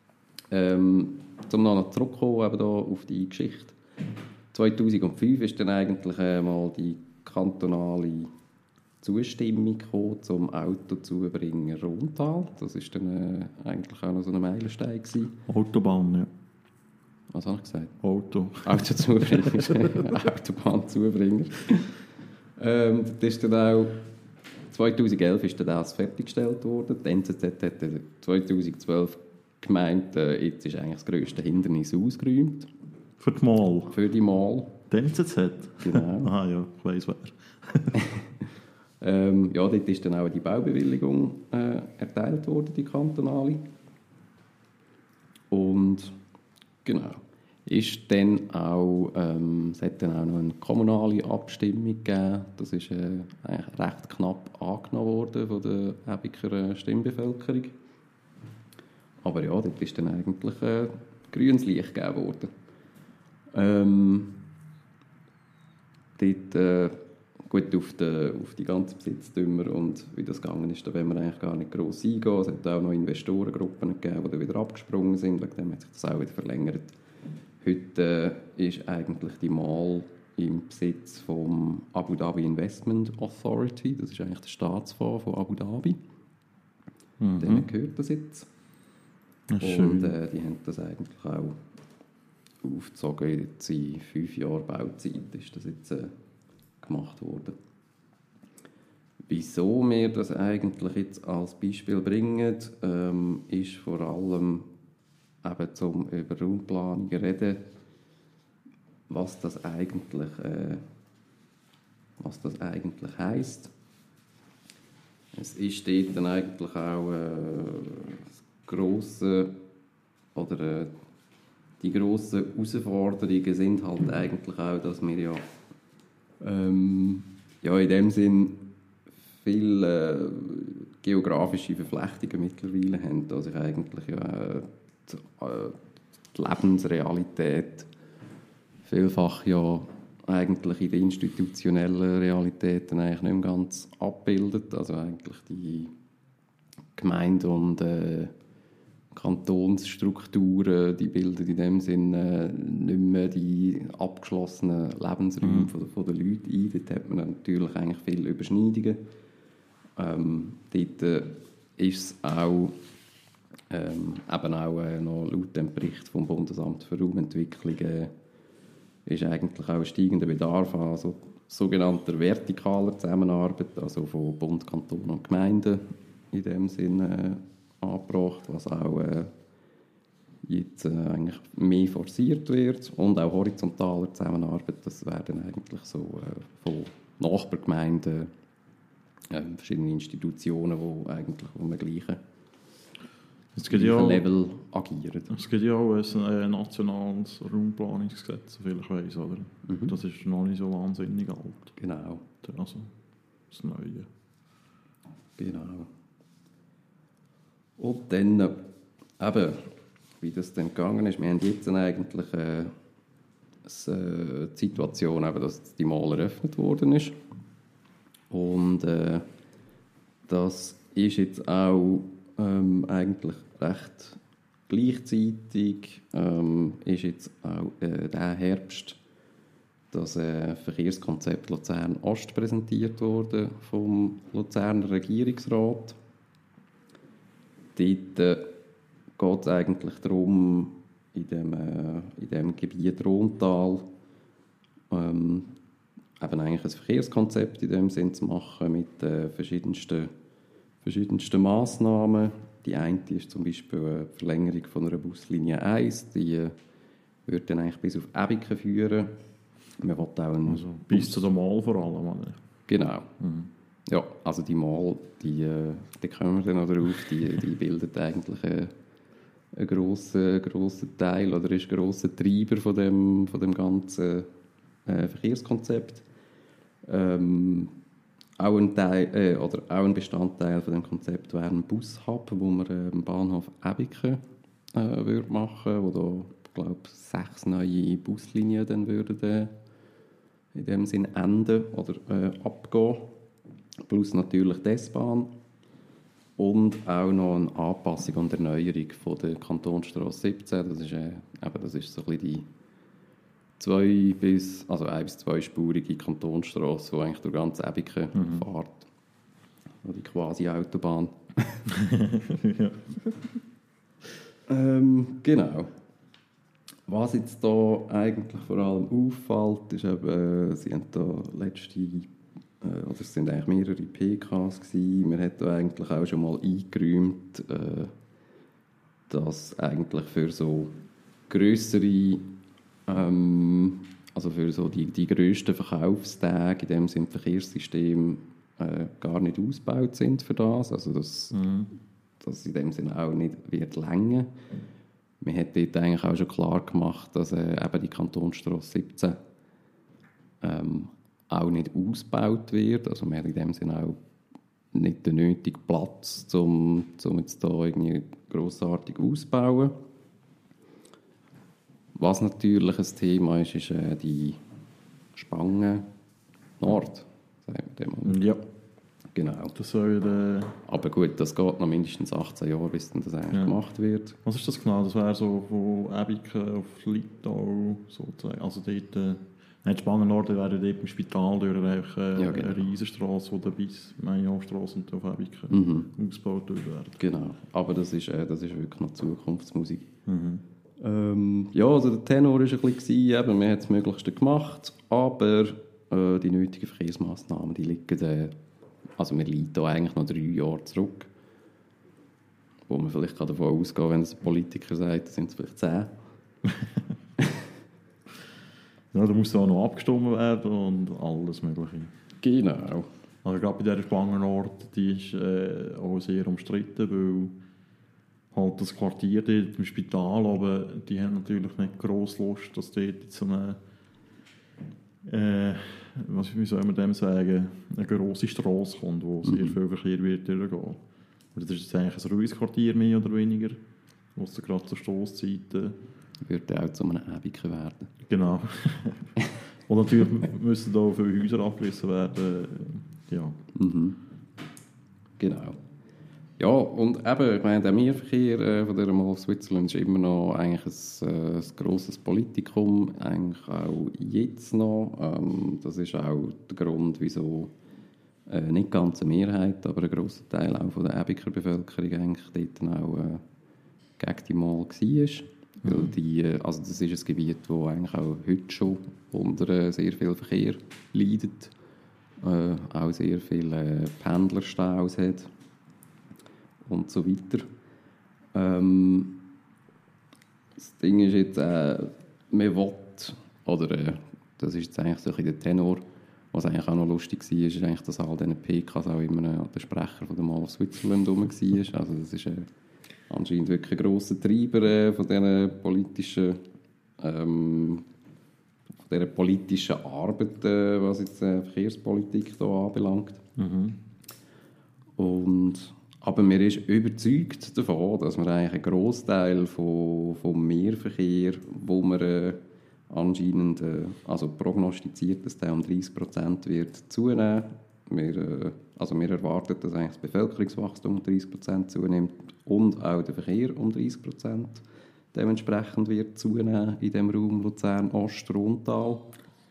Um noch zurückzukommen eben da auf die Geschichte. 2005 ist dann eigentlich mal die kantonale Zustimmung gekommen, zum Autozubringer Rundtal. Das war dann eigentlich auch noch so ein Meilenstein gewesen. Autobahn, ja. Was habe ich gesagt? Autozubringer. Autobahnzubringer. Das ist dann auch 2011 ist dann das fertiggestellt worden. Die NZZ hat 2012 gemeint, jetzt ist eigentlich das grösste Hindernis ausgeräumt. Für die Mall? Für die Mall. Die NZZ? Genau. Aha, ja, ich weiss wer. Ja, dort ist dann auch die Baubewilligung erteilt worden, die kantonale. Und genau, ist dann auch, es hat dann auch noch eine kommunale Abstimmung gegeben. Das ist eigentlich recht knapp angenommen worden von der Aebiker Stimmbevölkerung. Aber ja, dort ist dann eigentlich grünes Licht gegeben worden. Dort, gut, auf die ganzen Besitztümer und wie das gegangen ist, da wollen wir eigentlich gar nicht gross eingehen. Es hat auch noch Investorengruppen gegeben, die dann wieder abgesprungen sind. Wegen dem hat sich das auch wieder verlängert. Heute ist eigentlich die Mall im Besitz vom Abu Dhabi Investment Authority. Das ist eigentlich der Staatsfonds von Abu Dhabi. Denen gehört das jetzt. Und die haben das eigentlich auch aufgezogen. Jetzt in 5 Jahren Bauzeit ist das jetzt gemacht worden. Wieso wir das eigentlich jetzt als Beispiel bringen, ist vor allem eben zum über Raumplanung reden, was das eigentlich heisst. Es ist dort dann eigentlich auch die grossen Herausforderungen sind halt eigentlich auch, dass wir ja in dem Sinn viele geografische Verflechtungen mittlerweile haben, dass sich eigentlich ja die Lebensrealität vielfach ja eigentlich in den institutionellen Realitäten eigentlich nicht mehr ganz abbildet. Also eigentlich die Gemeinde- und Kantonsstrukturen, die bilden in dem Sinne nicht mehr die abgeschlossenen Lebensräume von den Leuten ein. Dort hat man natürlich eigentlich viele Überschneidungen. Dort ist es auch noch laut dem Bericht vom Bundesamt für Raumentwicklung ist eigentlich auch ein steigender Bedarf an sogenannter vertikaler Zusammenarbeit, also von Bund, Kanton und Gemeinden in dem Sinne angebracht, was auch jetzt eigentlich mehr forciert wird, und auch horizontaler Zusammenarbeit. Das werden eigentlich so von Nachbargemeinden, verschiedene Institutionen, die eigentlich auf dem gleichen Level agieren. Es gibt ja auch ein nationales Raumplanungsgesetz, soviel ich weiss, oder? Das ist noch nicht so wahnsinnig alt. Genau. Also das Neue. Genau. Und dann, eben, wie das dann gegangen ist, wir haben jetzt eigentlich die Situation, eben, dass die Mall eröffnet worden ist. Und das ist jetzt auch eigentlich recht gleichzeitig, ist jetzt auch der Herbst das Verkehrskonzept Luzern Ost präsentiert wurde vom Luzerner Regierungsrat. Dort geht es eigentlich darum, in dem Gebiet Rhontal eben eigentlich ein Verkehrskonzept in dem Sinn zu machen mit verschiedensten Massnahmen. Die eine ist zum Beispiel eine Verlängerung von einer Buslinie 1, die würde dann eigentlich bis auf Aebiken führen. Man will auch bis zu der Mall vor allem. Oder? Genau. Ja, also die Mall, da kommen wir dann noch drauf, die bildet eigentlich einen grossen Teil oder ist ein grosser Treiber von dem ganzen Verkehrskonzept. Auch ein Bestandteil von dem Konzept wäre ein Bushub, wo wir am Bahnhof Aebiken machen, wo da, glaube ich, 6 neue Buslinien dann würden in dem Sinn enden oder abgehen. Plus natürlich die S-Bahn. Und auch noch eine Anpassung und Erneuerung von der Kantonsstrasse 17. Das ist so ein bisschen die 1- bis 2-spurige Kantonsstrasse, die eigentlich durch ganz Aebiken fährt. Also die quasi Autobahn. Ja. Genau. Was jetzt da eigentlich vor allem auffällt, ist eben, sie haben da es sind eigentlich mehrere PKs gewesen. Man hat da eigentlich auch schon mal eingeräumt, dass eigentlich für so grössere, also für so die grössten Verkaufstage in dem Sinne Verkehrssystem gar nicht ausgebaut sind für das. Also dass in dem Sinne auch nicht wird länger. Man hat dort eigentlich auch schon klar gemacht, dass eben die Kantonsstrasse 17 auch nicht ausgebaut wird. Also man hat in dem Sinne auch nicht den nötigen Platz, um jetzt da irgendwie grossartig auszubauen. Was natürlich ein Thema ist, ist die Spangen Nord, sagen wir dem. Ja. Genau. Das soll, aber gut, das geht noch mindestens 18 Jahre, bis dann das eigentlich gemacht wird. Was ist das genau? Das wäre so von Ebiken auf Litau sozusagen. Also dort, die Spangen Nord wäre dort im Spital durch eine Riesenstrasse, die dann bis Maillotstrasse und auf Ebiken ausgebaut wird. Genau, aber das ist wirklich noch Zukunftsmusik. Also der Tenor war ein bisschen, eben, wir haben das Möglichste gemacht, aber die nötigen Verkehrsmassnahmen, die liegen also wir liegen da eigentlich noch 3 Jahre zurück, wo man vielleicht davon ausgehen kann, wenn es ein Politiker sagt, dann sind es vielleicht 10. Ja, da muss auch noch abgestimmt werden und alles Mögliche. Genau. Also gerade bei dieser Spangenort, die ist auch sehr umstritten, weil halt das Quartier dort im Spital, aber die haben natürlich nicht gross Lust, dass dort so eine wie soll man dem sagen, eine grosse Strasse kommt, wo sehr viel Verkehr wird durchgehen. Und das ist jetzt eigentlich ein ruhiges Quartier, mehr oder weniger, wo es gerade zur Stosszeiten würde auch zu einem Ebiken werden. Genau. Und natürlich müssen da viele Häuser abgerissen werden. Ja. Genau. Ja, und eben, ich meine, der Mehrverkehr von der Mall of Switzerland ist immer noch eigentlich ein grosses Politikum, eigentlich auch jetzt noch. Das ist auch der Grund, wieso nicht ganz eine Mehrheit, aber ein grosser Teil auch von der Ebiker Bevölkerung eigentlich dort auch gegen die Mall war. Weil also das ist ein Gebiet, das eigentlich auch heute schon unter sehr viel Verkehr leidet, auch sehr viele Pendlerstaus hat und so weiter. Das Ding ist jetzt, man will, oder das ist jetzt eigentlich so ein bisschen der Tenor, was eigentlich auch noch lustig war, ist eigentlich, dass all diesen PKs auch immer der Sprecher von der Mall of Switzerland rum war. Also das ist anscheinend wirklich ein grosser Treiber von dieser politischen Arbeit, was jetzt Verkehrspolitik hier anbelangt. Aber man ist überzeugt davon, dass man eigentlich einen Grossteil vom Mehrverkehr, wo man anscheinend also prognostiziert, dass der um 30% wird zunehmen. Wir erwarten, dass eigentlich das Bevölkerungswachstum um 30% zunimmt und auch der Verkehr um 30% dementsprechend wird zunehmen in dem Raum Luzern-Ost-Rhontal.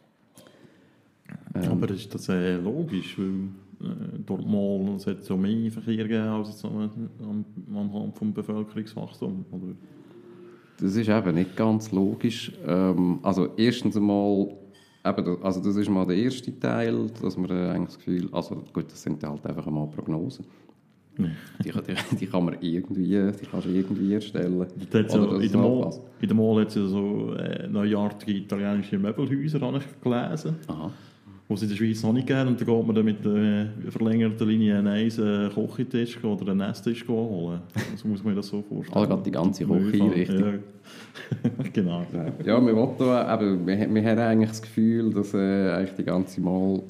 Aber ist das logisch, weil dort mal es hat so mehr Verkehr gegeben als anhand vom Bevölkerungswachstum, oder? Das ist eben nicht ganz logisch. Also erstens einmal, also das ist mal der erste Teil, dass man eigentlich das Gefühl, also gut, das sind halt einfach mal Prognosen. Die kann man irgendwie erstellen. In der Mall hat es ja so neuartige italienische Möbelhäuser, habe ich gelesen. Aha. Die es in der Schweiz noch nicht gibt. Und dann geht man dann mit der verlängerten Linie 1 einen Kochentisch oder einen Esstisch holen. So muss man das so vorstellen. Also gerade die ganze Kocheinrichtung. Ja. Genau. Ja, wir haben eigentlich das Gefühl, dass eigentlich die ganze Mal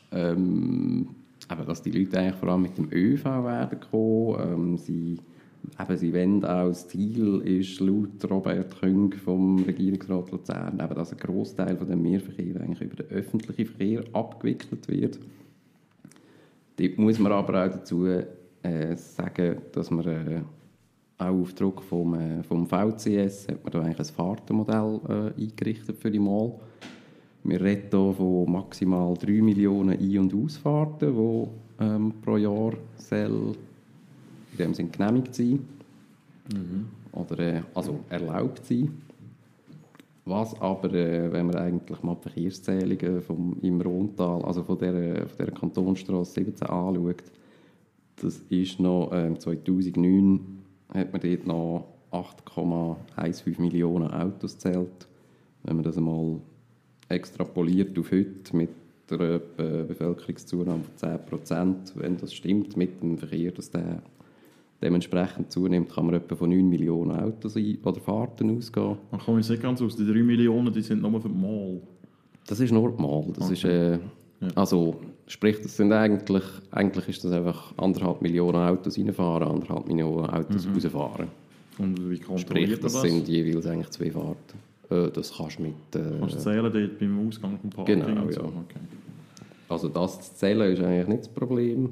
dass die Leute eigentlich vor allem mit dem ÖV werden kommen. Sie wollen auch, das Ziel ist laut Robert Küng vom Regierungsrat Luzern, dass ein Grossteil von dem Mehrverkehr eigentlich über den öffentlichen Verkehr abgewickelt wird. Dort muss man aber auch dazu sagen, dass man auch auf Druck vom VCS hat man da eigentlich ein Fahrtenmodell eingerichtet für die Mall. Wir reden hier von maximal 3 Millionen Ein- und Ausfahrten, die pro Jahr in dem Sinne genehmigt sein. Oder also erlaubt sein. Was aber, wenn man eigentlich mal die Verkehrszählungen im Rhontal, also von der Kantonsstrasse 17 anschaut, das ist noch 2009 hat man dort noch 8,15 Millionen Autos gezählt. Wenn man das einmal extrapoliert auf heute mit der Bevölkerungszunahme von 10%. Wenn das stimmt mit dem Verkehr, dass der dementsprechend zunimmt, kann man etwa von 9 Millionen Autos oder Fahrten ausgehen. Man kommt jetzt nicht ganz aus. Die 3 Millionen, die sind nur für die Mall. Das ist nur die Mall. Das ist, also, sprich, das sind eigentlich ist das einfach 1,5 Millionen Autos reinfahren, 1,5 Millionen Autos rausfahren. Und wie kontrolliert Sprich, man das das? sind jeweils eigentlich 2 Fahrten. Das kannst du mit... Kannst du zählen dort beim Ausgang vom Parking? Genau, und so? ja. Okay. Also das zu zählen ist eigentlich nicht das Problem.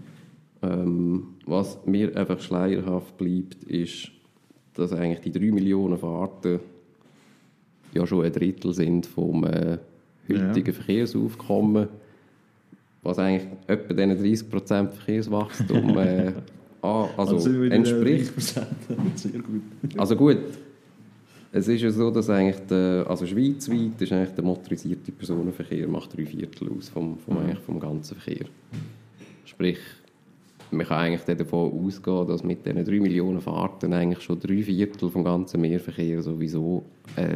Was mir einfach schleierhaft bleibt, ist, dass eigentlich die 3 Millionen Fahrten ja schon ein Drittel sind vom heutigen Verkehrsaufkommen, was eigentlich etwa diesen 30% Verkehrswachstum entspricht. Sehr gut. Also gut, es ist ja so, dass eigentlich schweizweit ist eigentlich der motorisierte Personenverkehr macht 3/4 aus vom ganzen Verkehr. Sprich, man kann eigentlich davon ausgehen, dass mit diesen 3 Millionen Fahrten eigentlich schon 3/4 vom ganzen Mehrverkehr sowieso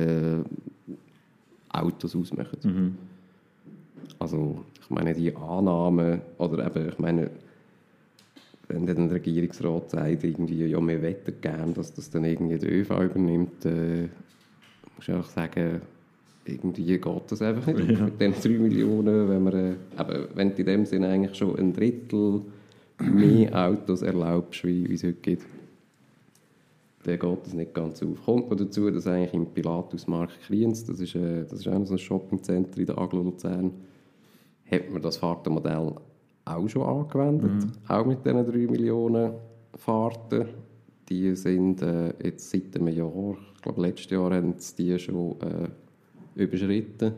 Autos ausmachen. Mhm. Also ich meine, die Annahme, oder eben, ich meine, wenn dann der Regierungsrat sagt, irgendwie, ja, wir wetten gerne, dass das dann irgendwie der ÖV übernimmt, muss ich auch sagen, irgendwie geht das einfach nicht auf mit den 3 Millionen, wenn du in dem Sinne eigentlich schon ein Drittel mehr Autos erlaubst, wie es heute gibt, dann geht das nicht ganz auf. Kommt noch dazu, dass eigentlich im Pilatusmarkt Kriens, das ist auch so ein Shoppingcenter in der Aglo Luzern, hat man das Fahrtenmodell auch schon angewendet, auch mit diesen 3 Millionen Fahrten. Die sind jetzt seit einem Jahr, ich glaube letztes Jahr haben sie die schon überschritten.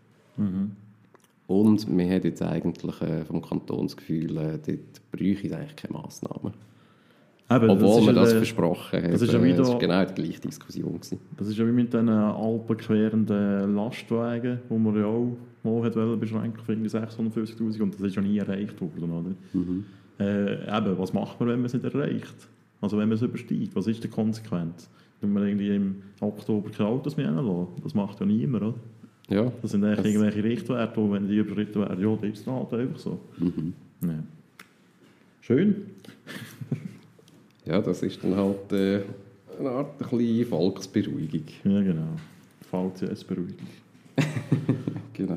Und wir haben jetzt eigentlich vom Kanton das Gefühl, dort bräuchte es eigentlich keine Massnahmen. Eben, Obwohl man das ja versprochen hat. Das ist ja wieder, das war genau die gleiche Diskussion gewesen. Das ist ja wie mit diesen alpenquerenden Lastwagen, die man ja auch mal hat beschränken für 650'000 und das ist ja nie erreicht worden, oder? Eben, was macht man, wenn man es nicht erreicht? Also wenn man es übersteigt, was ist die Konsequenz? Wenn man irgendwie im Oktober keine Autos mehr reinlassen? Das macht ja niemand, oder? Ja, Das sind eigentlich irgendwelche Richtwerte, wo wenn die überschritten werden, ja, das ist dann halt einfach so. Ja. Schön. Ja, das ist dann halt eine Art ein bisschen Volksberuhigung. Ja, genau. VCS-Beruhigung. Genau.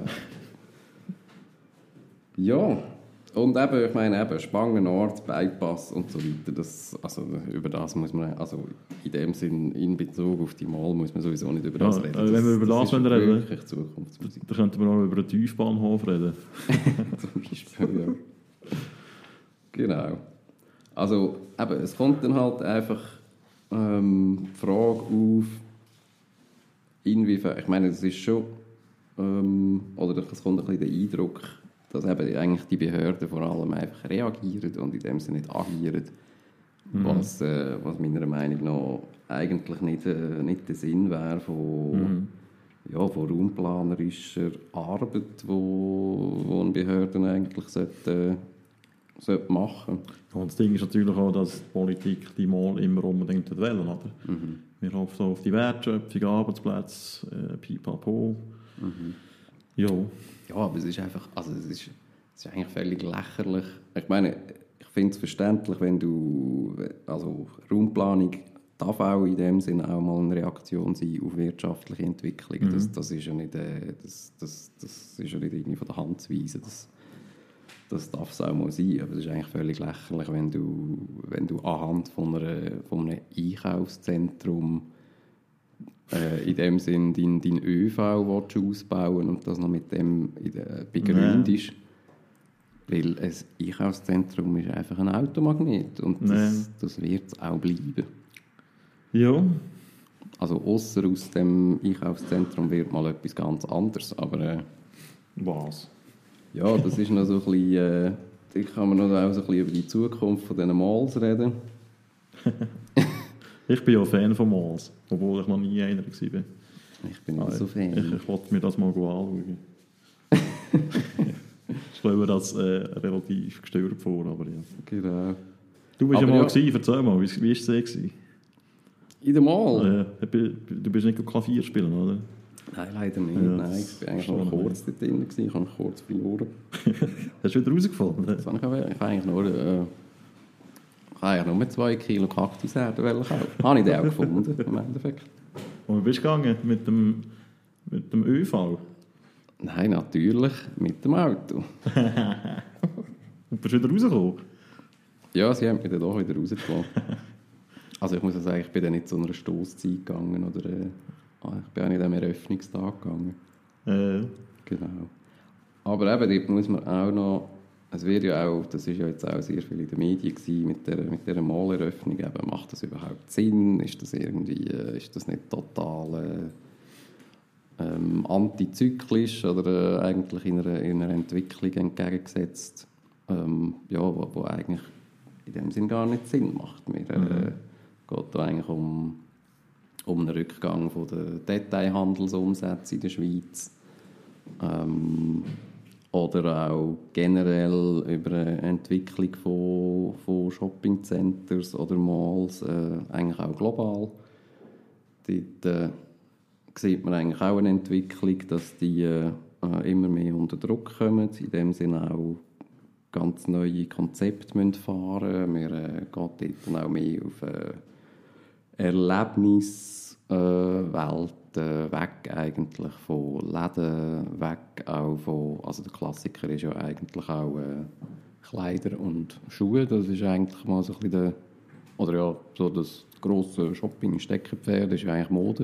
Ja, und eben, ich meine, Spangenort, Bypass und so weiter, über das muss man, also in dem Sinn, in Bezug auf die Mall muss man sowieso nicht über das reden. Also wenn wir über das reden, wirklich Zukunftsmusik. Da könnten wir auch über einen Tiefbahnhof reden. Zum Beispiel, ja. Genau. Also, eben, es kommt dann halt einfach die Frage auf, inwiefern, ich meine, es ist schon, oder es kommt ein bisschen der Eindruck, dass eben eigentlich die Behörden vor allem einfach reagieren und in dem Sinne nicht agieren, was meiner Meinung nach eigentlich nicht der Sinn wäre von raumplanerischer Arbeit, wo eine Behörde eigentlich sollte machen. Und das Ding ist natürlich auch, dass die Politik die mal immer unbedingt wollen, oder? Wir hoffen auf die Wertschöpfung, Arbeitsplätze, pipapo. Ja. Ja, aber es ist einfach, also es ist eigentlich völlig lächerlich. Ich meine, ich finde es verständlich, wenn also Raumplanung darf auch in dem Sinne auch mal eine Reaktion sein auf wirtschaftliche Entwicklung. Das ist ja nicht, das ist ja nicht irgendwie von der Hand zu weisen. Das darf es auch mal sein, aber es ist eigentlich völlig lächerlich, wenn du anhand von einem Einkaufszentrum in dem Sinn dein ÖV ausbauen und das noch mit dem begründest. Weil ein Einkaufszentrum ist einfach ein Automagnet und das wird es auch bleiben. Ja. Also ausser aus dem Einkaufszentrum wird mal etwas ganz anderes, aber Was? ja, das ist noch so ein bisschen, da kann man noch auch so ein bisschen über die Zukunft von diesen Malls reden. Ich bin ja Fan von Malls, obwohl ich noch nie einer war. Ich bin nicht so Fan. Ich wollte mir das mal anschauen. Ich stelle mir das relativ gestört vor, aber ja. Genau. Du bist ja mal gewesen, erzähl mal, wie war es? In der Mall? Du bist nicht Klavier spielen, oder? Nein, leider nicht. Ja, Nein, ich war eigentlich noch kurz dort drin, ich habe mich kurz verloren. Hast du wieder rausgefunden? Das habe ich eigentlich nur 2 Kilo Kaktuserde kaufen. Habe ich den auch gefunden, im Endeffekt. Und bist du gegangen mit dem ÖV? Nein, natürlich mit dem Auto. Und bist du wieder rausgekommen? Ja, sie haben mich dann doch wieder rausgelassen. Also ich muss ja sagen, ich bin dann nicht zu einer Stosszeit gegangen oder ich bin auch nicht am Eröffnungstag gegangen. Genau. Aber eben, dort muss man auch noch, es wird ja auch, das ist ja jetzt auch sehr viel in den Medien gewesen, mit dieser Maleröffnung, eben, macht das überhaupt Sinn? Ist das nicht total antizyklisch oder eigentlich in einer Entwicklung entgegengesetzt, wo eigentlich in dem Sinn gar nicht Sinn macht. Mir geht da eigentlich um einen Rückgang von der Detailhandelsumsätze in der Schweiz. Oder auch generell über eine Entwicklung von Shoppingcenters oder Malls, eigentlich auch global. Dort sieht man eigentlich auch eine Entwicklung, dass die immer mehr unter Druck kommen, in dem Sinne auch ganz neue Konzepte fahren müssen. Wir gehen dort dann auch mehr auf Erlebniswelten weg eigentlich von Läden, weg auch von, also der Klassiker ist ja eigentlich auch Kleider und Schuhe, das ist eigentlich mal so ein bisschen so das grosse Shopping-Steckenpferd, das ist ja eigentlich Mode.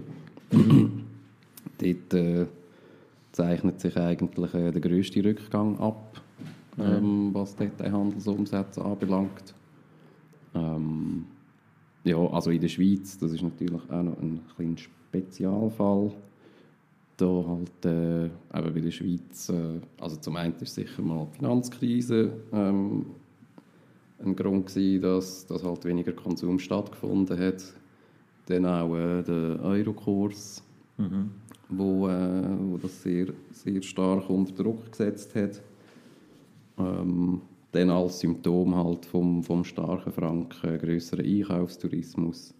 Dort zeichnet sich eigentlich der grösste Rückgang ab, was Detailhandelsumsätze anbelangt. Also in der Schweiz, das ist natürlich auch noch ein kleiner Spezialfall. Da halt eben bei der Schweiz, also zum einen ist sicher mal die Finanzkrise ein Grund gewesen, dass halt weniger Konsum stattgefunden hat. Dann auch der Eurokurs, wo das sehr, sehr stark unter Druck gesetzt hat. Dann als Symptom halt vom starken Franken, grösseren Einkaufstourismus.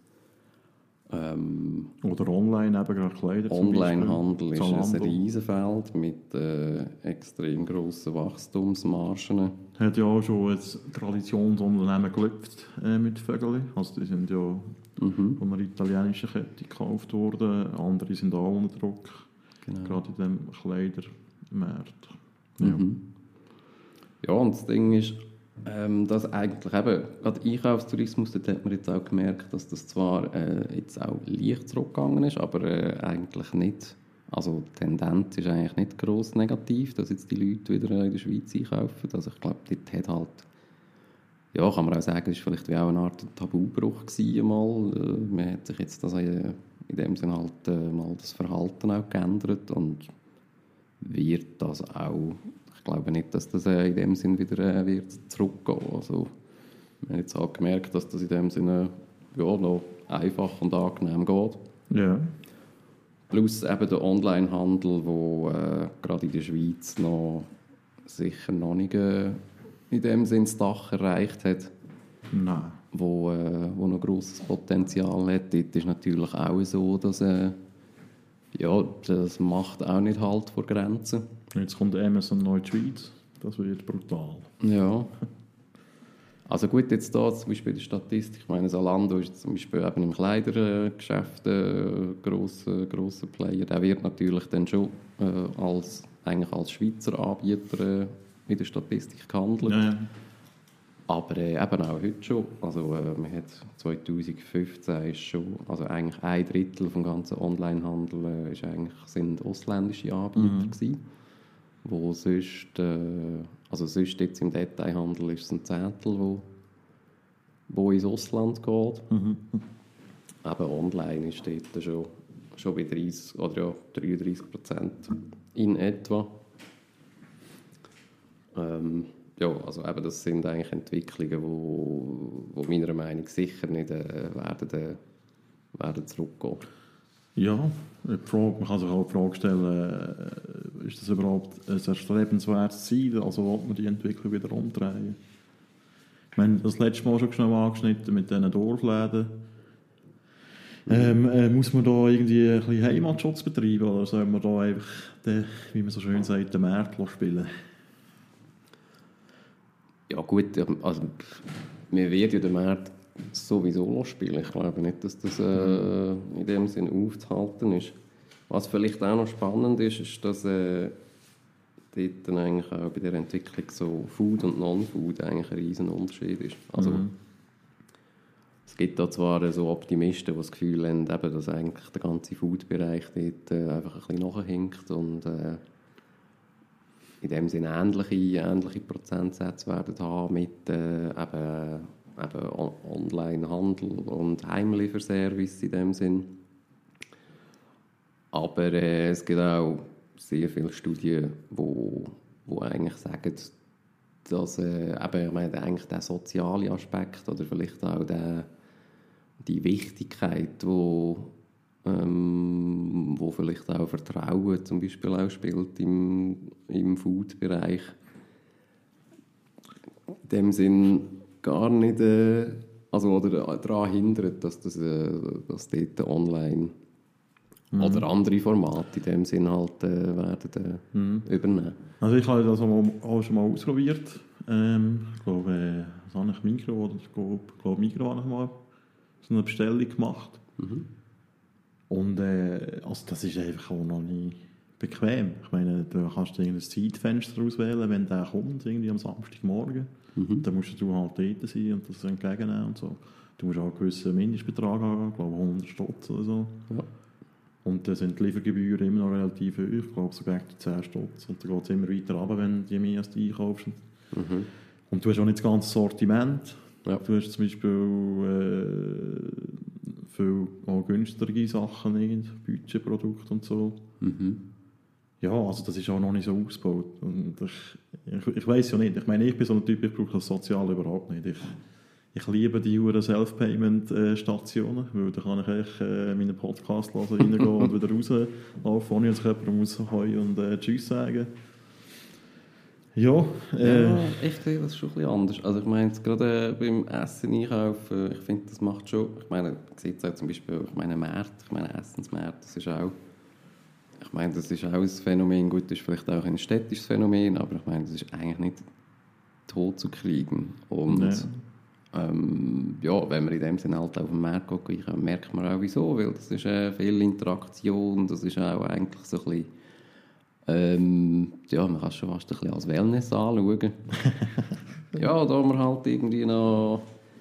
Oder online eben gerade Kleider. Onlinehandel ist ein Riesenfeld mit extrem grossen Wachstumsmargen. Hat ja auch schon ein Traditionsunternehmen gelüpft mit Vögeli. Also die sind ja von einer italienischen Kette gekauft worden. Andere sind auch unter Druck. Genau. Gerade in dem Kleidermarkt. Ja. Ja, und das Ding ist, dass eigentlich eben, gerade Einkaufstourismus, dort hat man jetzt auch gemerkt, dass das zwar jetzt auch leicht zurückgegangen ist, aber eigentlich nicht, also die Tendenz ist eigentlich nicht gross negativ, dass jetzt die Leute wieder in der Schweiz einkaufen. Also ich glaube, dort hat halt, ja, kann man auch sagen, es war vielleicht wie auch eine Art Tabubruch gewesen mal. Man hat sich jetzt das in dem Sinne halt mal das Verhalten auch geändert und wird das auch. Ich glaube nicht, dass das in dem Sinn wieder wird zurückgehen. Also, wir haben jetzt auch gemerkt, dass das in dem Sinne noch einfach und angenehm geht. Ja. Plus eben der Onlinehandel, der gerade in der Schweiz noch sicher noch nicht in dem Sinn das Dach erreicht hat. Nein. Wo noch grosses Potenzial hat. Dort ist natürlich auch so, dass das macht auch nicht Halt vor Grenzen. Jetzt kommt Amazon neu in die Schweiz. Das wird brutal. Ja. Also gut, jetzt da zum Beispiel die Statistik. Ich meine, Zalando ist zum Beispiel eben im Kleidergeschäft ein grosser Player. Der wird natürlich dann schon als Schweizer Anbieter in der Statistik gehandelt. Ja. Aber eben auch heute schon. Also man hat 2015 ist schon, also eigentlich 1/3 vom ganzen Onlinehandel sind ausländische Anbieter gewesen. Wo sonst jetzt im Detailhandel ist es ein Zehntel, wo ins Ausland geht. Aber online ist dort schon bei 30 oder 33% in etwa. Also eben, das sind eigentlich Entwicklungen, die meiner Meinung nach sicher nicht werden zurückgehen. Ja, man kann sich auch die Frage stellen, ist das überhaupt ein erstrebenswertes Ziel? Also will man die Entwicklung wieder umdrehen? Ich meine, das letzte Mal schon schnell angeschnitten mit diesen Dorfläden. Muss man da irgendwie ein bisschen Heimatschutz betreiben oder soll man da einfach, wie man so schön sagt, den Markt spielen? Ja gut, also wir werden ja den Markt sowieso spielen. Ich glaube nicht, dass das in dem Sinn aufzuhalten ist. Was vielleicht auch noch spannend ist, ist, dass dort dann eigentlich auch bei der Entwicklung so Food und Non-Food eigentlich ein riesen Unterschied ist. Also es gibt da zwar so Optimisten, die das Gefühl haben, eben, dass eigentlich der ganze Food-Bereich dort einfach ein bisschen nachhinkt und in dem Sinne ähnliche Prozentsätze werden haben mit eben Online-Handel und Heimlieferservice in dem Sinn. Aber es gibt auch sehr viele Studien, wo eigentlich sagen, dass eben, ich meine, eigentlich der soziale Aspekt oder vielleicht auch die Wichtigkeit, wo vielleicht auch Vertrauen zum Beispiel auch spielt im Food-Bereich, in dem Sinn gar nicht oder daran hindert, dass dort online oder andere Formate in dem Sinn halt werden übernehmen. Also ich habe das auch schon mal ausprobiert. Ich glaube, was habe ich, Migros oder ich glaube Migros habe ich mal so eine Bestellung gemacht. Und also das ist einfach auch noch nicht bequem. Ich meine, du kannst ein Zeitfenster auswählen, wenn der kommt, irgendwie am Samstagmorgen. Dann musst du halt dort sein und das entgegennehmen und so. Du musst auch einen gewissen Mindestbetrag haben, ich glaube 100 Stutz oder so. Ja. Und dann sind die Liefergebühren immer noch relativ hoch, ich glaube sogar 10 Stutz. Und dann geht es immer weiter runter, wenn du mehr als du einkaufst. Und du hast auch nicht das ganze Sortiment. Ja. Du hast zum Beispiel viel auch günstigere Sachen, Budgetprodukte und so. Ja, also das ist auch noch nicht so ausgebaut. Und ich weiss ja nicht, ich meine, ich bin so ein Typ, ich brauche das Soziale überhaupt nicht. Ich liebe die Self-Payment-Stationen, weil da kann ich echt meinen Podcast hören, reingehen und wieder rauslaufen, ohne dass jemand muss und Tschüss sagen. Ja, ich sehe das schon ein bisschen anders. Also ich meine, jetzt gerade beim Essen einkaufen, ich finde, das macht schon, ich meine, man sieht es auch zum Beispiel, Essensmärkte, das ist auch, ich meine, das ist auch ein Phänomen, gut, das ist vielleicht auch ein städtisches Phänomen, aber ich meine, das ist eigentlich nicht tot zu kriegen. Und ja, wenn man in dem Sinne halt auf den Markt geht, merkt man auch wieso, weil das ist viel Interaktion, das ist auch eigentlich so ein bisschen, ja, man kann es schon fast ein bisschen als Wellness anschauen. Ja, da man halt irgendwie noch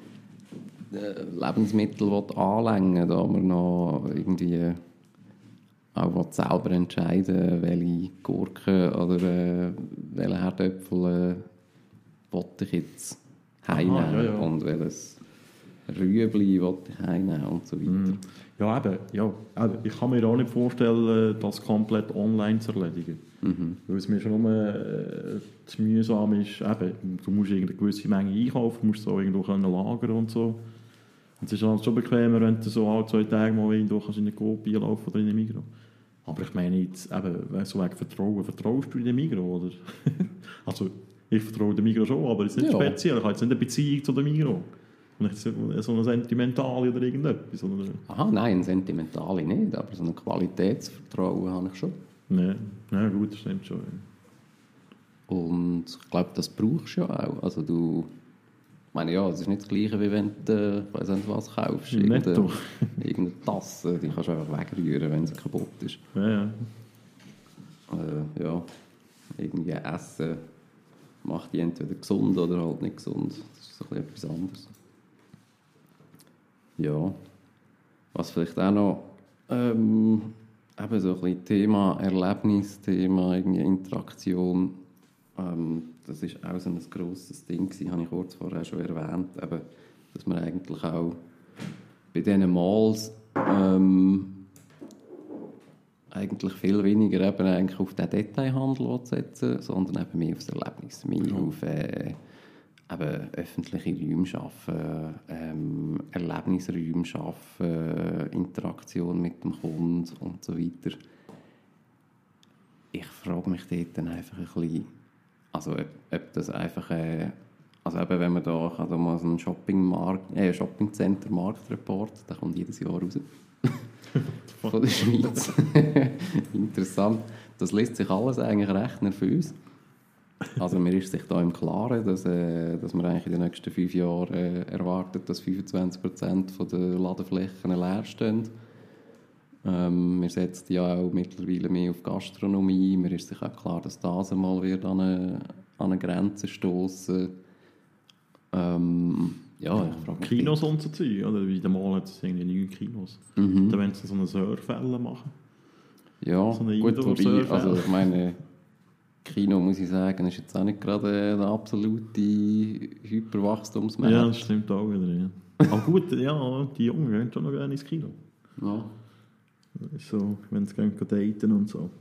Lebensmittel anlängen, da man noch irgendwie auch selber entscheiden, welche Gurken oder welche Herdöpfel ich jetzt heimnehmen und welches Rüebli ich heimnehmen und so weiter. Ja, eben, ich kann mir auch nicht vorstellen, das komplett online zu erledigen. Weil es mir schon zu mühsam ist, eben, du musst eine gewisse Menge einkaufen, du musst es auch irgendwo lagern und so. Und es ist halt schon bequemer, wenn du so alle 2 Tage mal irgendwo in eine Coop laufen oder in eine Migros. Aber ich meine jetzt, eben, so wegen Vertrauen, vertraust du in den Migros, oder? Also, ich vertraue dem Migros schon, aber es ist nicht speziell. Ich habe jetzt nicht eine Beziehung zu dem Migros. Nicht so eine Sentimentale oder irgendetwas. Aha, nein, Sentimentale nicht, aber so ein Qualitätsvertrauen habe ich schon. Nein, gut, das stimmt schon. Und ich glaube, das brauchst du ja auch. Also du, ich meine, ja, es ist nicht das Gleiche, wie wenn du, ich weiss nicht was, kaufst. Irgendeine Tasse, die kannst du einfach wegrühren, wenn sie kaputt ist. Ja. Ja, irgendwie Essen macht die entweder gesund oder halt nicht gesund. Das ist so ein bisschen etwas anderes. Ja, was vielleicht auch noch eben so ein bisschen Thema Erlebnis, Thema irgendwie Interaktion, das ist auch so ein grosses Ding gewesen, habe ich kurz vorher schon erwähnt, eben, dass man eigentlich auch bei diesen Malls eigentlich viel weniger eben eigentlich auf den Detailhandel setzen, sondern eben mehr auf das Erlebnis, mehr auf eben öffentliche Räume schaffen, Erlebnisräume schaffen, Interaktion mit dem Kunden und so weiter. Ich frage mich dort dann einfach ein bisschen, also ob das einfach, also eben wenn man da mal so einen Shopping-Center-Marktreport, der kommt jedes Jahr raus. von der Schweiz. Interessant. Das lässt sich alles eigentlich rechnen für uns. Also man ist sich da im Klaren, dass man eigentlich in den nächsten 5 Jahren erwartet, dass 25% der Ladeflächen leer stehen. Wir setzen ja auch mittlerweile mehr auf Gastronomie. Mir ist sich auch klar, dass das einmal wird an eine Grenze stoßen. Ja, ich frage mich. Kinos und so Zeug, oder? Wie der Mal hat es irgendwie 9 Kinos. Da wollen sie so eine Surfwelle machen. Ja, so eine gut, wobei, Indoor-Surfwelle. also ich meine, Kino, muss ich sagen, ist jetzt auch nicht gerade eine absolute Hyperwachstumsmarkt. Ja, das stimmt auch wieder. Ja. Aber gut, ja, die Jungen gehen schon noch gerne ins Kino. Ja. Das ist so, wenn sie gehen daten und so.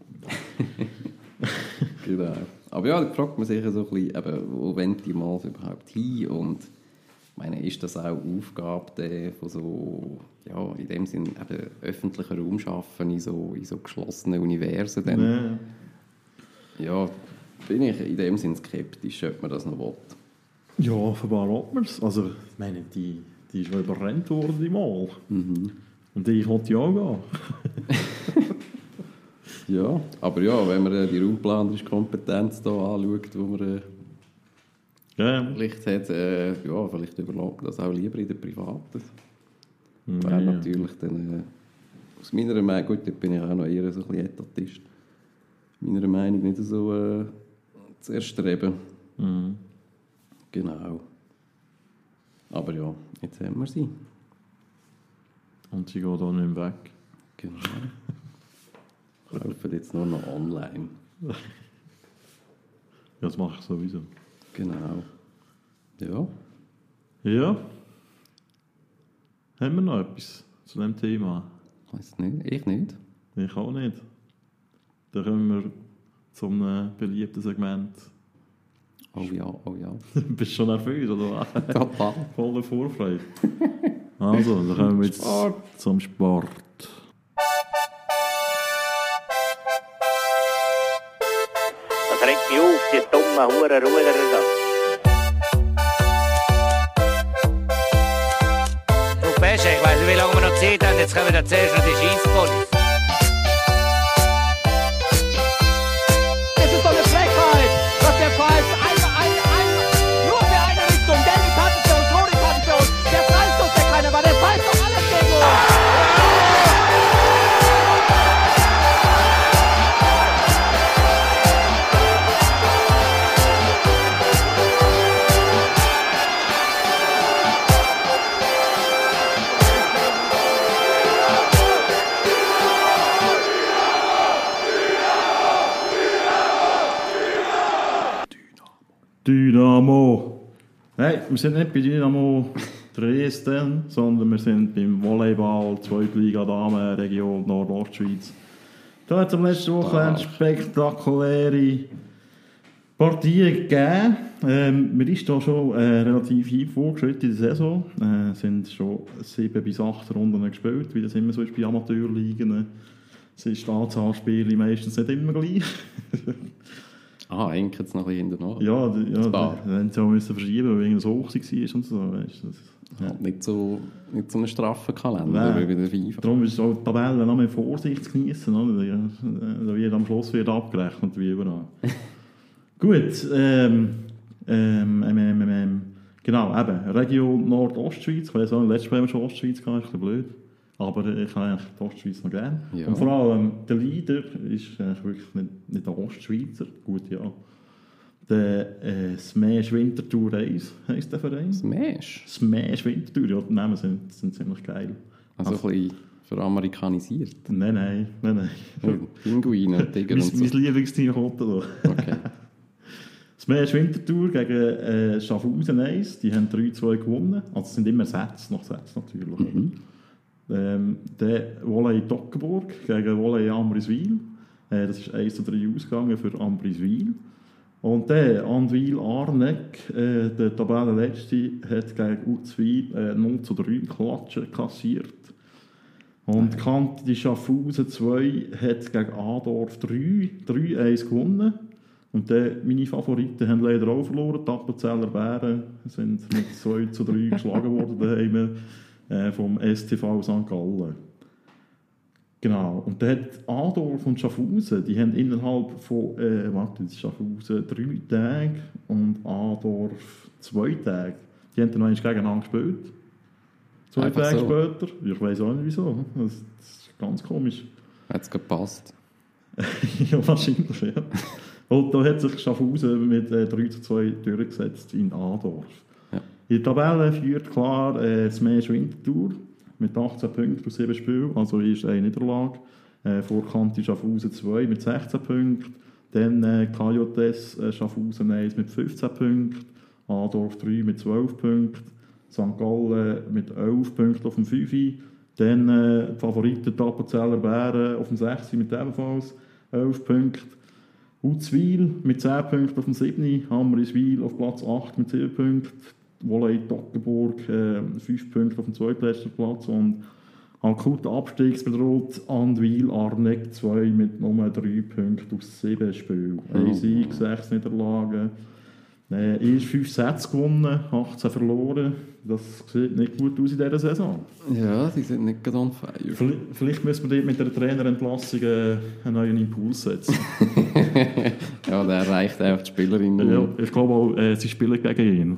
Genau. Aber ja, da fragt man sich ja so ein bisschen, eben, wo wollen die mal überhaupt hin? Und ich meine, ist das auch Aufgabe von so, ja, in dem Sinn eben öffentlichen Raum schaffen in so geschlossenen Universen? Dann, ja, bin ich in dem Sinn skeptisch, ob man das noch will. Ja, offenbar hat man es. Also, ich meine, die ist ja überrennt worden, die Mal. Und ich wollte ja auch gehen. Ja, aber ja, wenn man die raumplanerische Kompetenz hier anschaut, die man vielleicht hat, ja, vielleicht überlegt das auch lieber in der Privaten. Wäre natürlich dann, aus meiner Meinung, gut, da bin ich auch noch eher so ein bisschen Etatist, meiner Meinung nicht so zu erstreben. Genau. Aber ja, jetzt haben wir sie. Und sie geht auch nicht mehr weg. Genau. Kaufen jetzt nur noch online. Ja, das mache ich sowieso. Genau. Ja. Ja. Haben wir noch etwas zu diesem Thema? Weiss nicht. Ich nicht. Ich auch nicht. Dann kommen wir zum beliebten Segment. Oh ja, oh ja. Bist du schon nervös, oder was? Total. Voller Vorfreude. Also, dann kommen wir jetzt zum Sport. Das regt mich auf, die dummen Hurenruderer da. Du Pesche, ich weiss nicht, wie lange wir noch Zeit haben. Jetzt kommen wir zuerst noch die Scheisspolice. Es ist doch eine Frechheit, dass der pfeift. Nur für eine Richtung. Gelbe Karte für uns, rote Karte für uns. Der Freistoß, der keiner war, der pfeift doch alles gegen uns. Dynamo. Nein, wir sind nicht bei Dynamo Dresden, sondern wir sind beim Volleyball, Zweitliga Damen, Region Nordostschweiz. Da hat es am letzten Wochenende spektakuläre Partien gegeben. Wir sind da schon relativ weit vorgeschritten in der Saison. Sind schon 7 bis 8 Runden gespielt, wie das immer so ist bei Amateurligen. Es ist die Anzahl Spiele meistens nicht immer gleich. Hängt jetzt noch ein bisschen hinten nach. Ja, dann sie auch müssen verschieben, weil es so hoch war und so. Weißt, Nicht so einen straffen Kalender wie bei der FIFA. Darum ist auch die Tabelle noch mit Vorsicht zu genießen. Da wird am Schluss wieder abgerechnet, wie überall. Gut, genau, eben, Region Nordostschweiz. Ich weiss auch, letztes Mal haben wir schon Ostschweiz gehabt, ist ein bisschen blöd. Aber ich habe eigentlich die Ostschweiz noch gerne. Ja. Und vor allem der Leader ist eigentlich wirklich nicht der Ostschweizer. Gut, ja. Der Smash Winterthur 1 heisst der Verein. Smash Winterthur, ja, die Namen sind ziemlich geil. Also ein bisschen veramerikanisiert. Nein. Pinguine, Tiger und so. Mein Lieblingsteam kommt da. Okay. Smash Winterthur gegen Schaffhausen 1. Die haben 3-2 gewonnen. Also es sind immer Sätze, noch Sätze natürlich. Der Volley Toggenburg gegen Volley Ambriswil. Das ist 1-3 ausgegangen für Ambriswil. Und der Andwil Arneck, der Tabellenletzte, hat gegen Uzwil 0-3 Klatschen kassiert. Und Kante die Schaffhausen 2 hat gegen Adorf 3-1 gewonnen. Und meine Favoriten haben leider auch verloren. Die Appenzeller Bären sind mit 2-3 geschlagen worden daheim vom STV St. Gallen. Genau. Und dann hat Adorf und Schaffhausen, die haben innerhalb von Schaffhausen 3 Tage und Adorf 2 Tage. Die haben dann noch einmal gegeneinander gespielt. 2 Einfach Tage so. später. Ich weiss auch nicht wieso. Das ist ganz komisch. Hat es gepasst? Ja, wahrscheinlich, ja. Und da hat sich Schaffhausen mit 3:2 durchgesetzt in Adorf. Ja. In der Tabelle führt klar das Mesch Winterthur mit 18 Punkten aus 7 Spielen, also ist eine Niederlage. Vor Kanti Schaffhausen 2 mit 16 Punkten. Dann KJS Schaffhausen 1 mit 15 Punkten. Adorf 3 mit 12 Punkten. St. Gallen mit 11 Punkten auf dem 5. Dann die Favoriten Appenzeller Bären auf dem 6 mit ebenfalls 11 Punkten. Uzwil mit 10 Punkten auf dem 7. Hammeriswil auf Platz 8 mit 7 Punkten. Volley Toggenburg 5 Punkte auf dem 2. Platz. Und akut abstiegsbedroht Andwil Arneck 2 mit nur 3 Punkten aus 7 Spielen. 1 Sieg, 6 Niederlagen. Erst 5 Sätze gewonnen, 18 verloren. Das sieht nicht gut aus in dieser Saison. Ja, die sind nicht ganz on fire. Vielleicht müssen wir dort mit der Trainerentlassung einen neuen Impuls setzen. Ja, der erreicht einfach die Spielerinnen. Ja, ich glaube auch, sie spielen gegen ihn.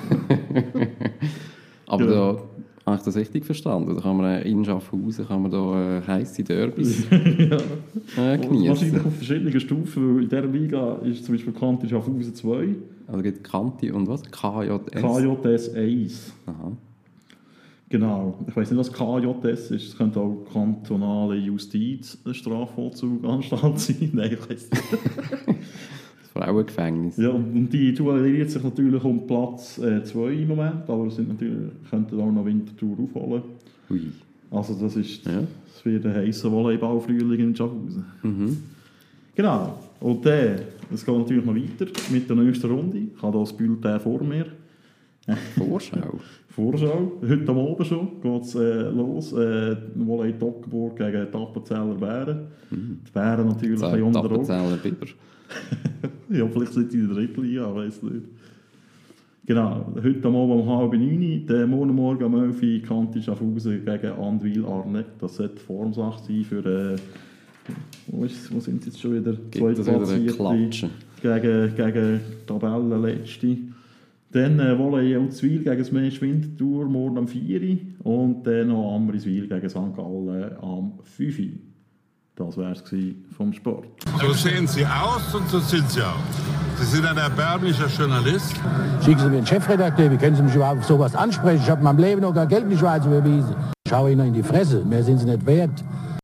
Aber Ja. da habe ich das richtig verstanden. Da kann man in Schaffhausen kann man da heisse Derbys genießen. Wahrscheinlich auf verschiedenen Stufen, weil in dieser Liga ist zum Beispiel Kanti Schaffhausen 2, Also gibt Kanti und was? KJS? KJS 1. Aha. Genau. Ich weiss nicht, was KJS ist. Es könnte auch kantonale Justizstrafvollzuganstalt sein. Nein, ich weiss nicht. Das Frauengefängnis. Ja, und die duelliert sich natürlich um Platz 2 im Moment, aber es sind natürlich, könnten auch noch Winterthur aufholen. Ui. Also das ist, Ja. das wird ein heisser Volleyballfrühling in Schaffhausen. Mhm. Genau. Und dann, es geht natürlich noch weiter mit der nächsten Runde. Ich habe hier das Bulletin vor mir. Vorschau. Vorschau. Heute am Abend schon geht es los. Volley Toggenburg gegen die Appenzeller Bären. Die Bären natürlich ein bisschen unter Druck. Appenzeller Biber. Ja, vielleicht sind die in der dritten Liga, ich weiss nicht. Genau, heute am Abend um 8:30, der Morgen am 11 Uhr Kanti Schaffhausen gegen Andwil Arneck. Das sollte Formsache sein für, wo sind sie jetzt schon wieder? Gibt es wieder ein Klatschen? Gegen Tabellenletzte. Dann Volley Uzwil gegen das Mesch Winterthur morgen am 4 Uhr und dann noch Hammeriswil gegen St. Gallen am 5 Uhr. Das wäre es vom Sport. So sehen Sie aus und so sind Sie auch. Sie sind ein erbärmlicher Journalist. Schicken Sie mir einen Chefredakteur, wie können Sie mich überhaupt auf sowas ansprechen? Ich habe in meinem Leben noch gar Geld in die Schweiz überwiesen. Ich schaue Ihnen in die Fresse, mehr sind Sie nicht wert.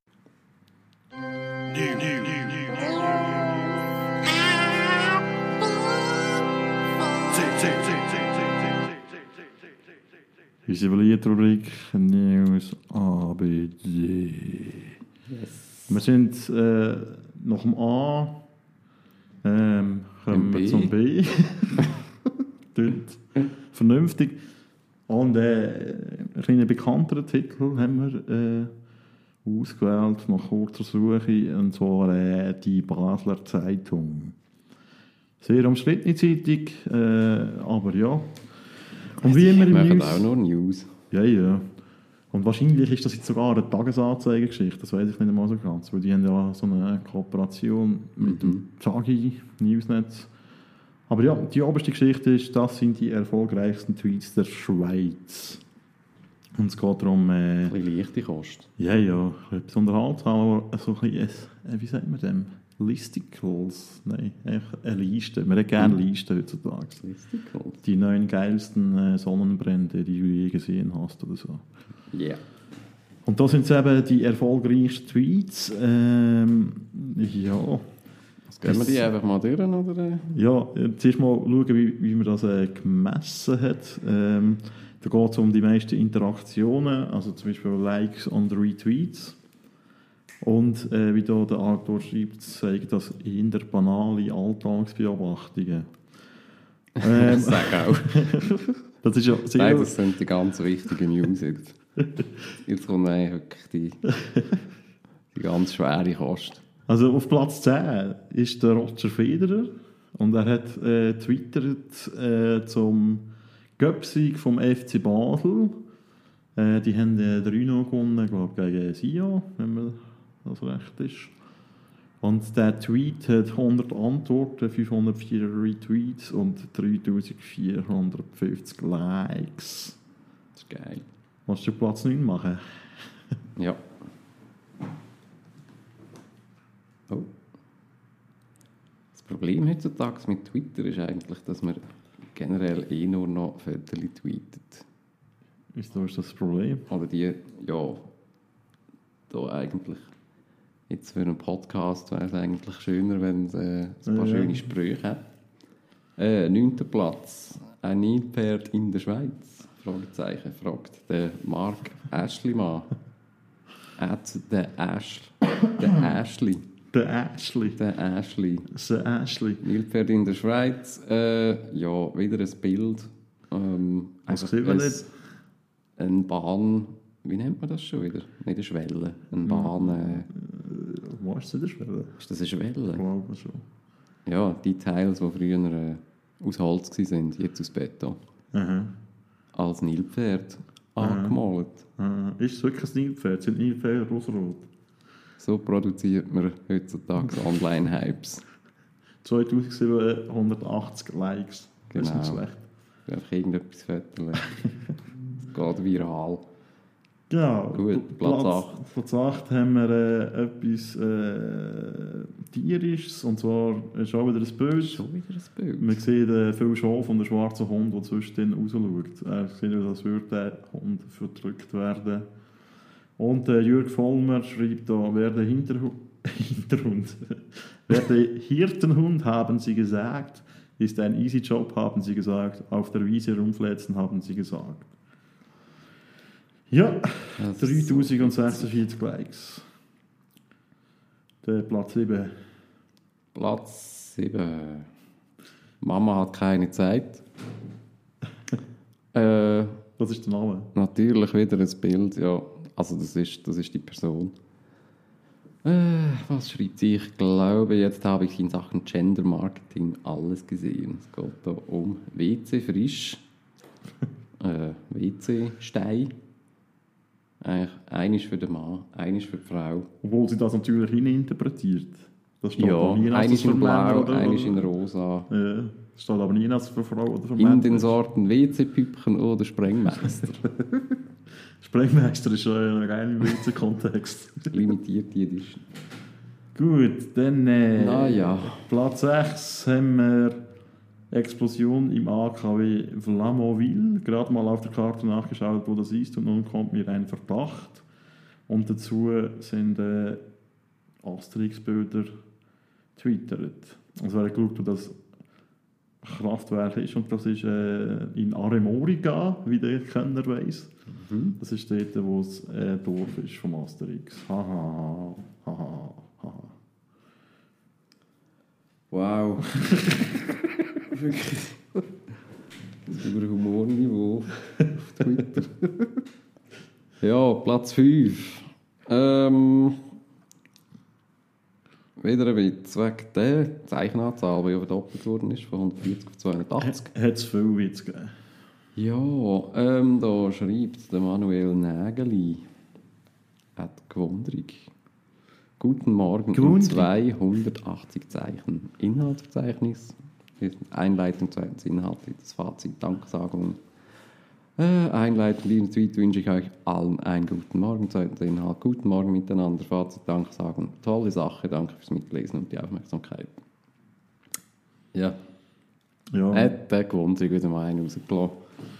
Unsere beliebte Rubrik News ABG. Wir sind nach dem A, kommen wir zum B. Klingt vernünftig. Und einen kleinen bekannteren Titel haben wir ausgewählt nach kurzer Suche, und zwar die Basler Zeitung. Sehr umstrittene Zeitung, aber ja. Und wie immer im machen News, auch nur News. Ja, ja. Und wahrscheinlich ist das jetzt sogar eine Tagesanzeigengeschichte, das weiß ich nicht einmal so ganz, weil die haben ja so eine Kooperation mit dem Tagi Newsnetz. Aber ja, die oberste Geschichte ist, das sind die erfolgreichsten Tweets der Schweiz. Und es geht darum... Ein bisschen leichte Kost. Ja, ja, etwas unterhaltsam, aber so ein bisschen, wie sagt man dem? Listicles? Nein, einfach eine Liste. Man hat gerne Listen heutzutage. Listicles? Die 9 geilsten Sonnenbrände, die du je gesehen hast oder so. Ja. Yeah. Und da sind es eben die erfolgreichsten Tweets. Ja. Gehen wir die einfach mal durch, oder? Ja, zuerst mal schauen, wie man das gemessen hat. Da geht es um die meisten Interaktionen, also zum Beispiel Likes und Retweets. Und wie da der Autor schreibt, zeigt das eher banale Alltagsbeobachtungen. Ich sage auch. Das ist ja sehr... Nein, das sind die ganz wichtigen News jetzt. Jetzt kommt eigentlich wirklich die ganz schwere Kost. Also auf Platz 10 ist der Roger Federer und er hat twittert zum Göpsieg vom FC Basel. Die haben 3-0 gewonnen, glaube ich, gegen Sion, wenn man das recht ist. Und der Tweet hat 100 Antworten, 504 Retweets und 3450 Likes. Das ist geil. Willst du Platz 9 machen? Ja. Oh. Das Problem heutzutage mit Twitter ist eigentlich, dass man generell nur noch Fotos tweetet. Wieso ist das Problem? Oder die, ja, da eigentlich, jetzt für einen Podcast wäre es eigentlich schöner, wenn es ein paar schöne Sprüche hat. 9. Platz, ein Nilpferd in der Schweiz? Fragezeichen, fragt der Mark Aschlimann. Der Ashley. Der Ashley. Der Ashley. Der Ashley. Nilpferd in der Schweiz. Ja, wieder ein Bild. Was sehen wir nicht? Eine Bahn, wie nennt man das schon wieder? Nicht eine Schwelle. Eine Bahn. Was ist das eine Schwelle? Ist das eine Schwelle? Ich glaube schon. Ja, die Teils, die früher aus Holz waren, jetzt aus Beton. Als Nilpferd angemalt. Ist es wirklich ein Nilpferd? Sind Nilpferde rosarot? So produziert man heutzutage Online-Hypes. 2780 Likes. Genau. Das ist nicht schlecht. Einfach irgendetwas föteln. Es geht viral. Genau. Gut, Platz 8. Platz 8 haben wir etwas Tierisches, und zwar schon wieder ein Bild. Schon wieder ein Bild? Man sieht viel Schaf und einen schwarzen Hund, der zwischen rausschaut. Er sieht, als würde der Hund verdrückt werden. Und Jürg Vollmer schreibt da, wer der Hinterhund, wer der Hirtenhund, haben sie gesagt, ist ein easy Job, haben sie gesagt. Auf der Wiese rumflätzen, haben sie gesagt. Ja, 3046 Likes. Der Platz 7. Platz 7. Mama hat keine Zeit. Was ist der Name? Natürlich wieder ein Bild, ja. Also das ist die Person. Was schreibt sie? Ich glaube, jetzt habe ich in Sachen Gender Marketing alles gesehen. Es geht da um WC frisch, WC-Stein. Einer ist für den Mann, einer ist für die Frau. Obwohl sie das natürlich interpretiert. Das steht ja, einer ist in blau, einer ist in rosa. Ja, das steht aber nie als für Frau oder für Männer. In Männer. den Sorten WC-Püppchen oder Sprengmeister. Sprengmeister ist schon ein rein im WC-Kontext. Limitierte Edition. Gut, dann ja. Platz 6 haben wir Explosion im AKW Vlamoville. Gerade mal auf der Karte nachgeschaut, wo das ist, und nun kommt mir ein Verdacht. Und dazu sind Asterix-Bilder twittert. Also wer geschaut, wo das Kraftwerk ist, und das ist in Aremoriga, wie der Kenner weiss. Das ist dort, wo das Dorf ist vom Asterix. Haha, haha, haha. Wow. Wirklich. Das ist über Humorniveau auf Twitter. Ja, Platz 5. Wieder ein Witz wegen der Zeichenanzahl, die verdoppelt worden ist, von 140 auf 280. Hat es viel Witz gegeben? Ja, da schreibt der Manuel Nägeli. Hat gewundrig. Guten Morgen in 280 Zeichen. Inhaltsverzeichnis. Einleitung, zweitens Inhalt, das Fazit, Danksagung. Einleitend in den Tweet wünsche ich euch allen einen guten Morgen, zweitens Inhalt, guten Morgen miteinander, Fazit, Danksagung. Tolle Sache, danke fürs Mitlesen und die Aufmerksamkeit. Ja. Hat der gewundrig wieder mal einen rausgelassen.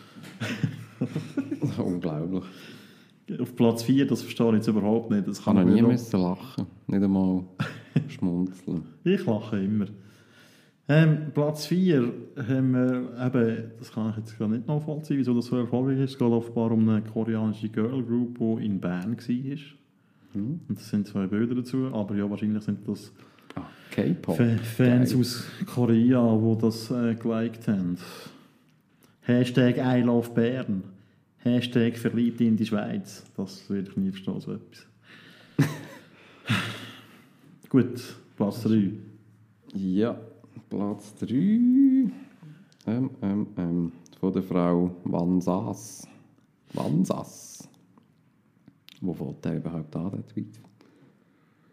Unglaublich. Auf Platz 4, das verstehe ich jetzt überhaupt nicht. Das kann ich nie müssen lachen, nicht einmal schmunzeln. Ich lache immer. Platz 4 haben wir eben, das kann ich jetzt gar nicht nachvollziehen, wieso das so erfolgreich ist. Es geht offenbar um eine koreanische Girl Group, die in Bern war. Und es sind 2 Bilder dazu, aber ja, wahrscheinlich sind das Fans aus Korea, die das geliked haben. Hashtag I love Bern. Hashtag verliebt in die Schweiz. Das werde ich nie verstehen, so etwas. Gut, Platz 3. Ja, Platz 3. Von der Frau Vansas. Wo fällt der überhaupt an, der Tweet?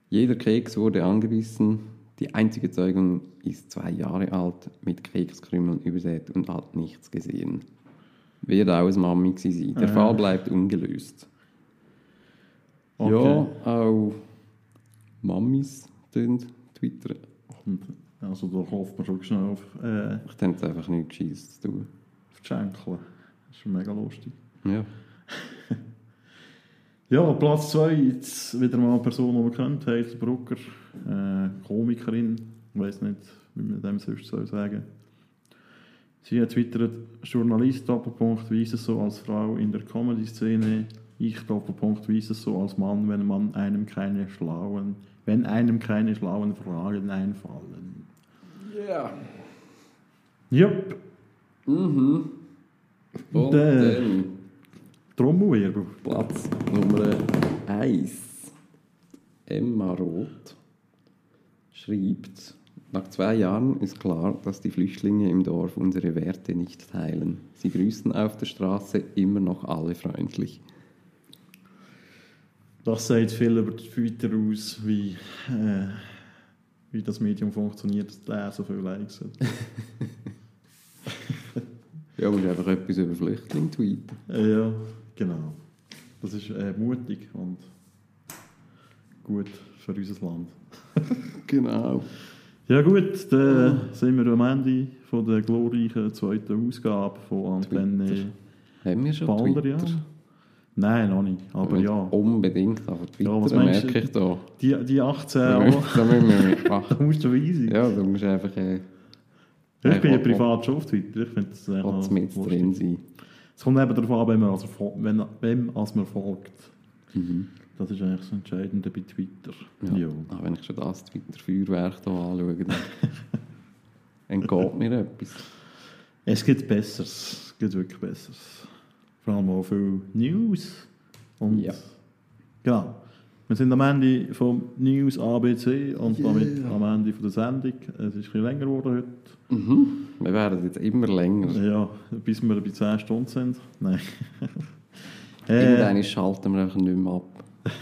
Jeder Keks wurde angebissen. Die einzige Zeugung ist 2 Jahre alt, mit Kekskrümeln übersät und hat nichts gesehen. Wird auch eine Mami gewesen sein. Der Fall bleibt ungelöst. Okay. Ja, auch Mamis twittern. Also da hofft man schon schnell auf Ich denke es einfach nicht Gescheites zu tun. die Schenkel. Das ist schon mega lustig. Ja. Ja, Platz 2, jetzt wieder mal eine Person, die man kennt, Hazel Brucker, Komikerin, ich weiss nicht, wie man dem sonst soll sagen. Sie hat twittert, Journalist, Doppelpunkt, wie ist es so als Frau in der Comedy-Szene? Ich, Doppelpunkt, wie ist es so als Mann, wenn einem keine schlauen Fragen einfallen? Ja. Jupp. Mhm. Und dann Trommelwirbel. Platz Nummer 1. Emma Roth schreibt, nach 2 Jahren ist klar, dass die Flüchtlinge im Dorf unsere Werte nicht teilen. Sie grüßen auf der Straße immer noch alle freundlich. Das sagt viel über Twitter aus, wie das Medium funktioniert, dass der so viel Likes hat. Ja, musst einfach etwas über Flüchtlinge tweeten. Ja, genau. Das ist mutig und gut für unser Land. Genau. Ja gut, dann sind wir am Ende von der glorreichen 2. Ausgabe von Antenne Twitter. Haben wir schon Baldrian? Twitter? Nein, noch nicht, aber ja. Unbedingt, aber Twitter Ja, was merke ich da. Die 18 Da Jahre, müssen wir mitmachen. da musst du easy. Ja, da musst du einfach... Ich bin ja privat schon auf Twitter, ich finde das Trotz mit drin sein. Es kommt eben darauf an, wem man folgt. Mhm. Das ist eigentlich das Entscheidende bei Twitter. Ja. Aber wenn ich schon das Twitter-Feuerwerk hier anschaue, dann entgeht mir etwas. Es gibt Besseres. Es gibt wirklich Besseres. Vor allem auch viel News. Und Ja. Genau. Wir sind am Ende vom News ABC und damit am Ende von der Sendung. Es ist ein bisschen länger geworden heute. Mhm. Wir werden jetzt immer länger. Ja, bis wir bei 10 Stunden sind. Nein. Irgendwann schalten wir einfach nicht mehr ab.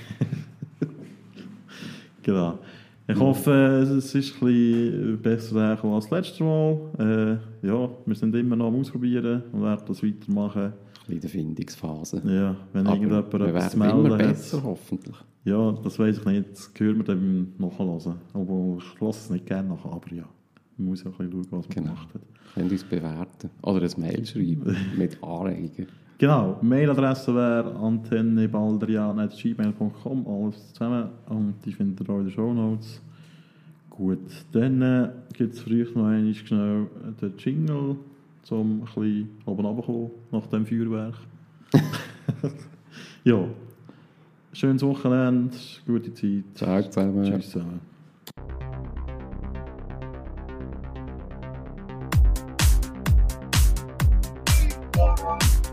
Genau. Ich hoffe, es ist ein bisschen besser als das letzte Mal. Ja, wir sind immer noch am Ausprobieren und werden das weitermachen. In der Findungsphase. Ja, wenn Aber irgendjemand wir etwas zu werden melden immer hat. besser, hoffentlich. Ja, das weiss ich nicht. Das hören wir dann nachhören. Aber ich lasse es nicht gerne nachher. Aber ja, man muss ja ein bisschen schauen, was man gemacht hat. Könnt uns bewerten. Oder ein Mail schreiben mit Anregungen. Genau, Mailadresse wäre antennebaldrian@gmail.com, alles zusammen. Und die findet ihr auch in den Shownotes. Gut, dann gibt es für euch noch einmal schnell den Jingle, um ein bisschen oben runterzukommen nach dem Feuerwerk. Ja, schönes Wochenende, gute Zeit. Ciao zusammen. Tschüss zusammen.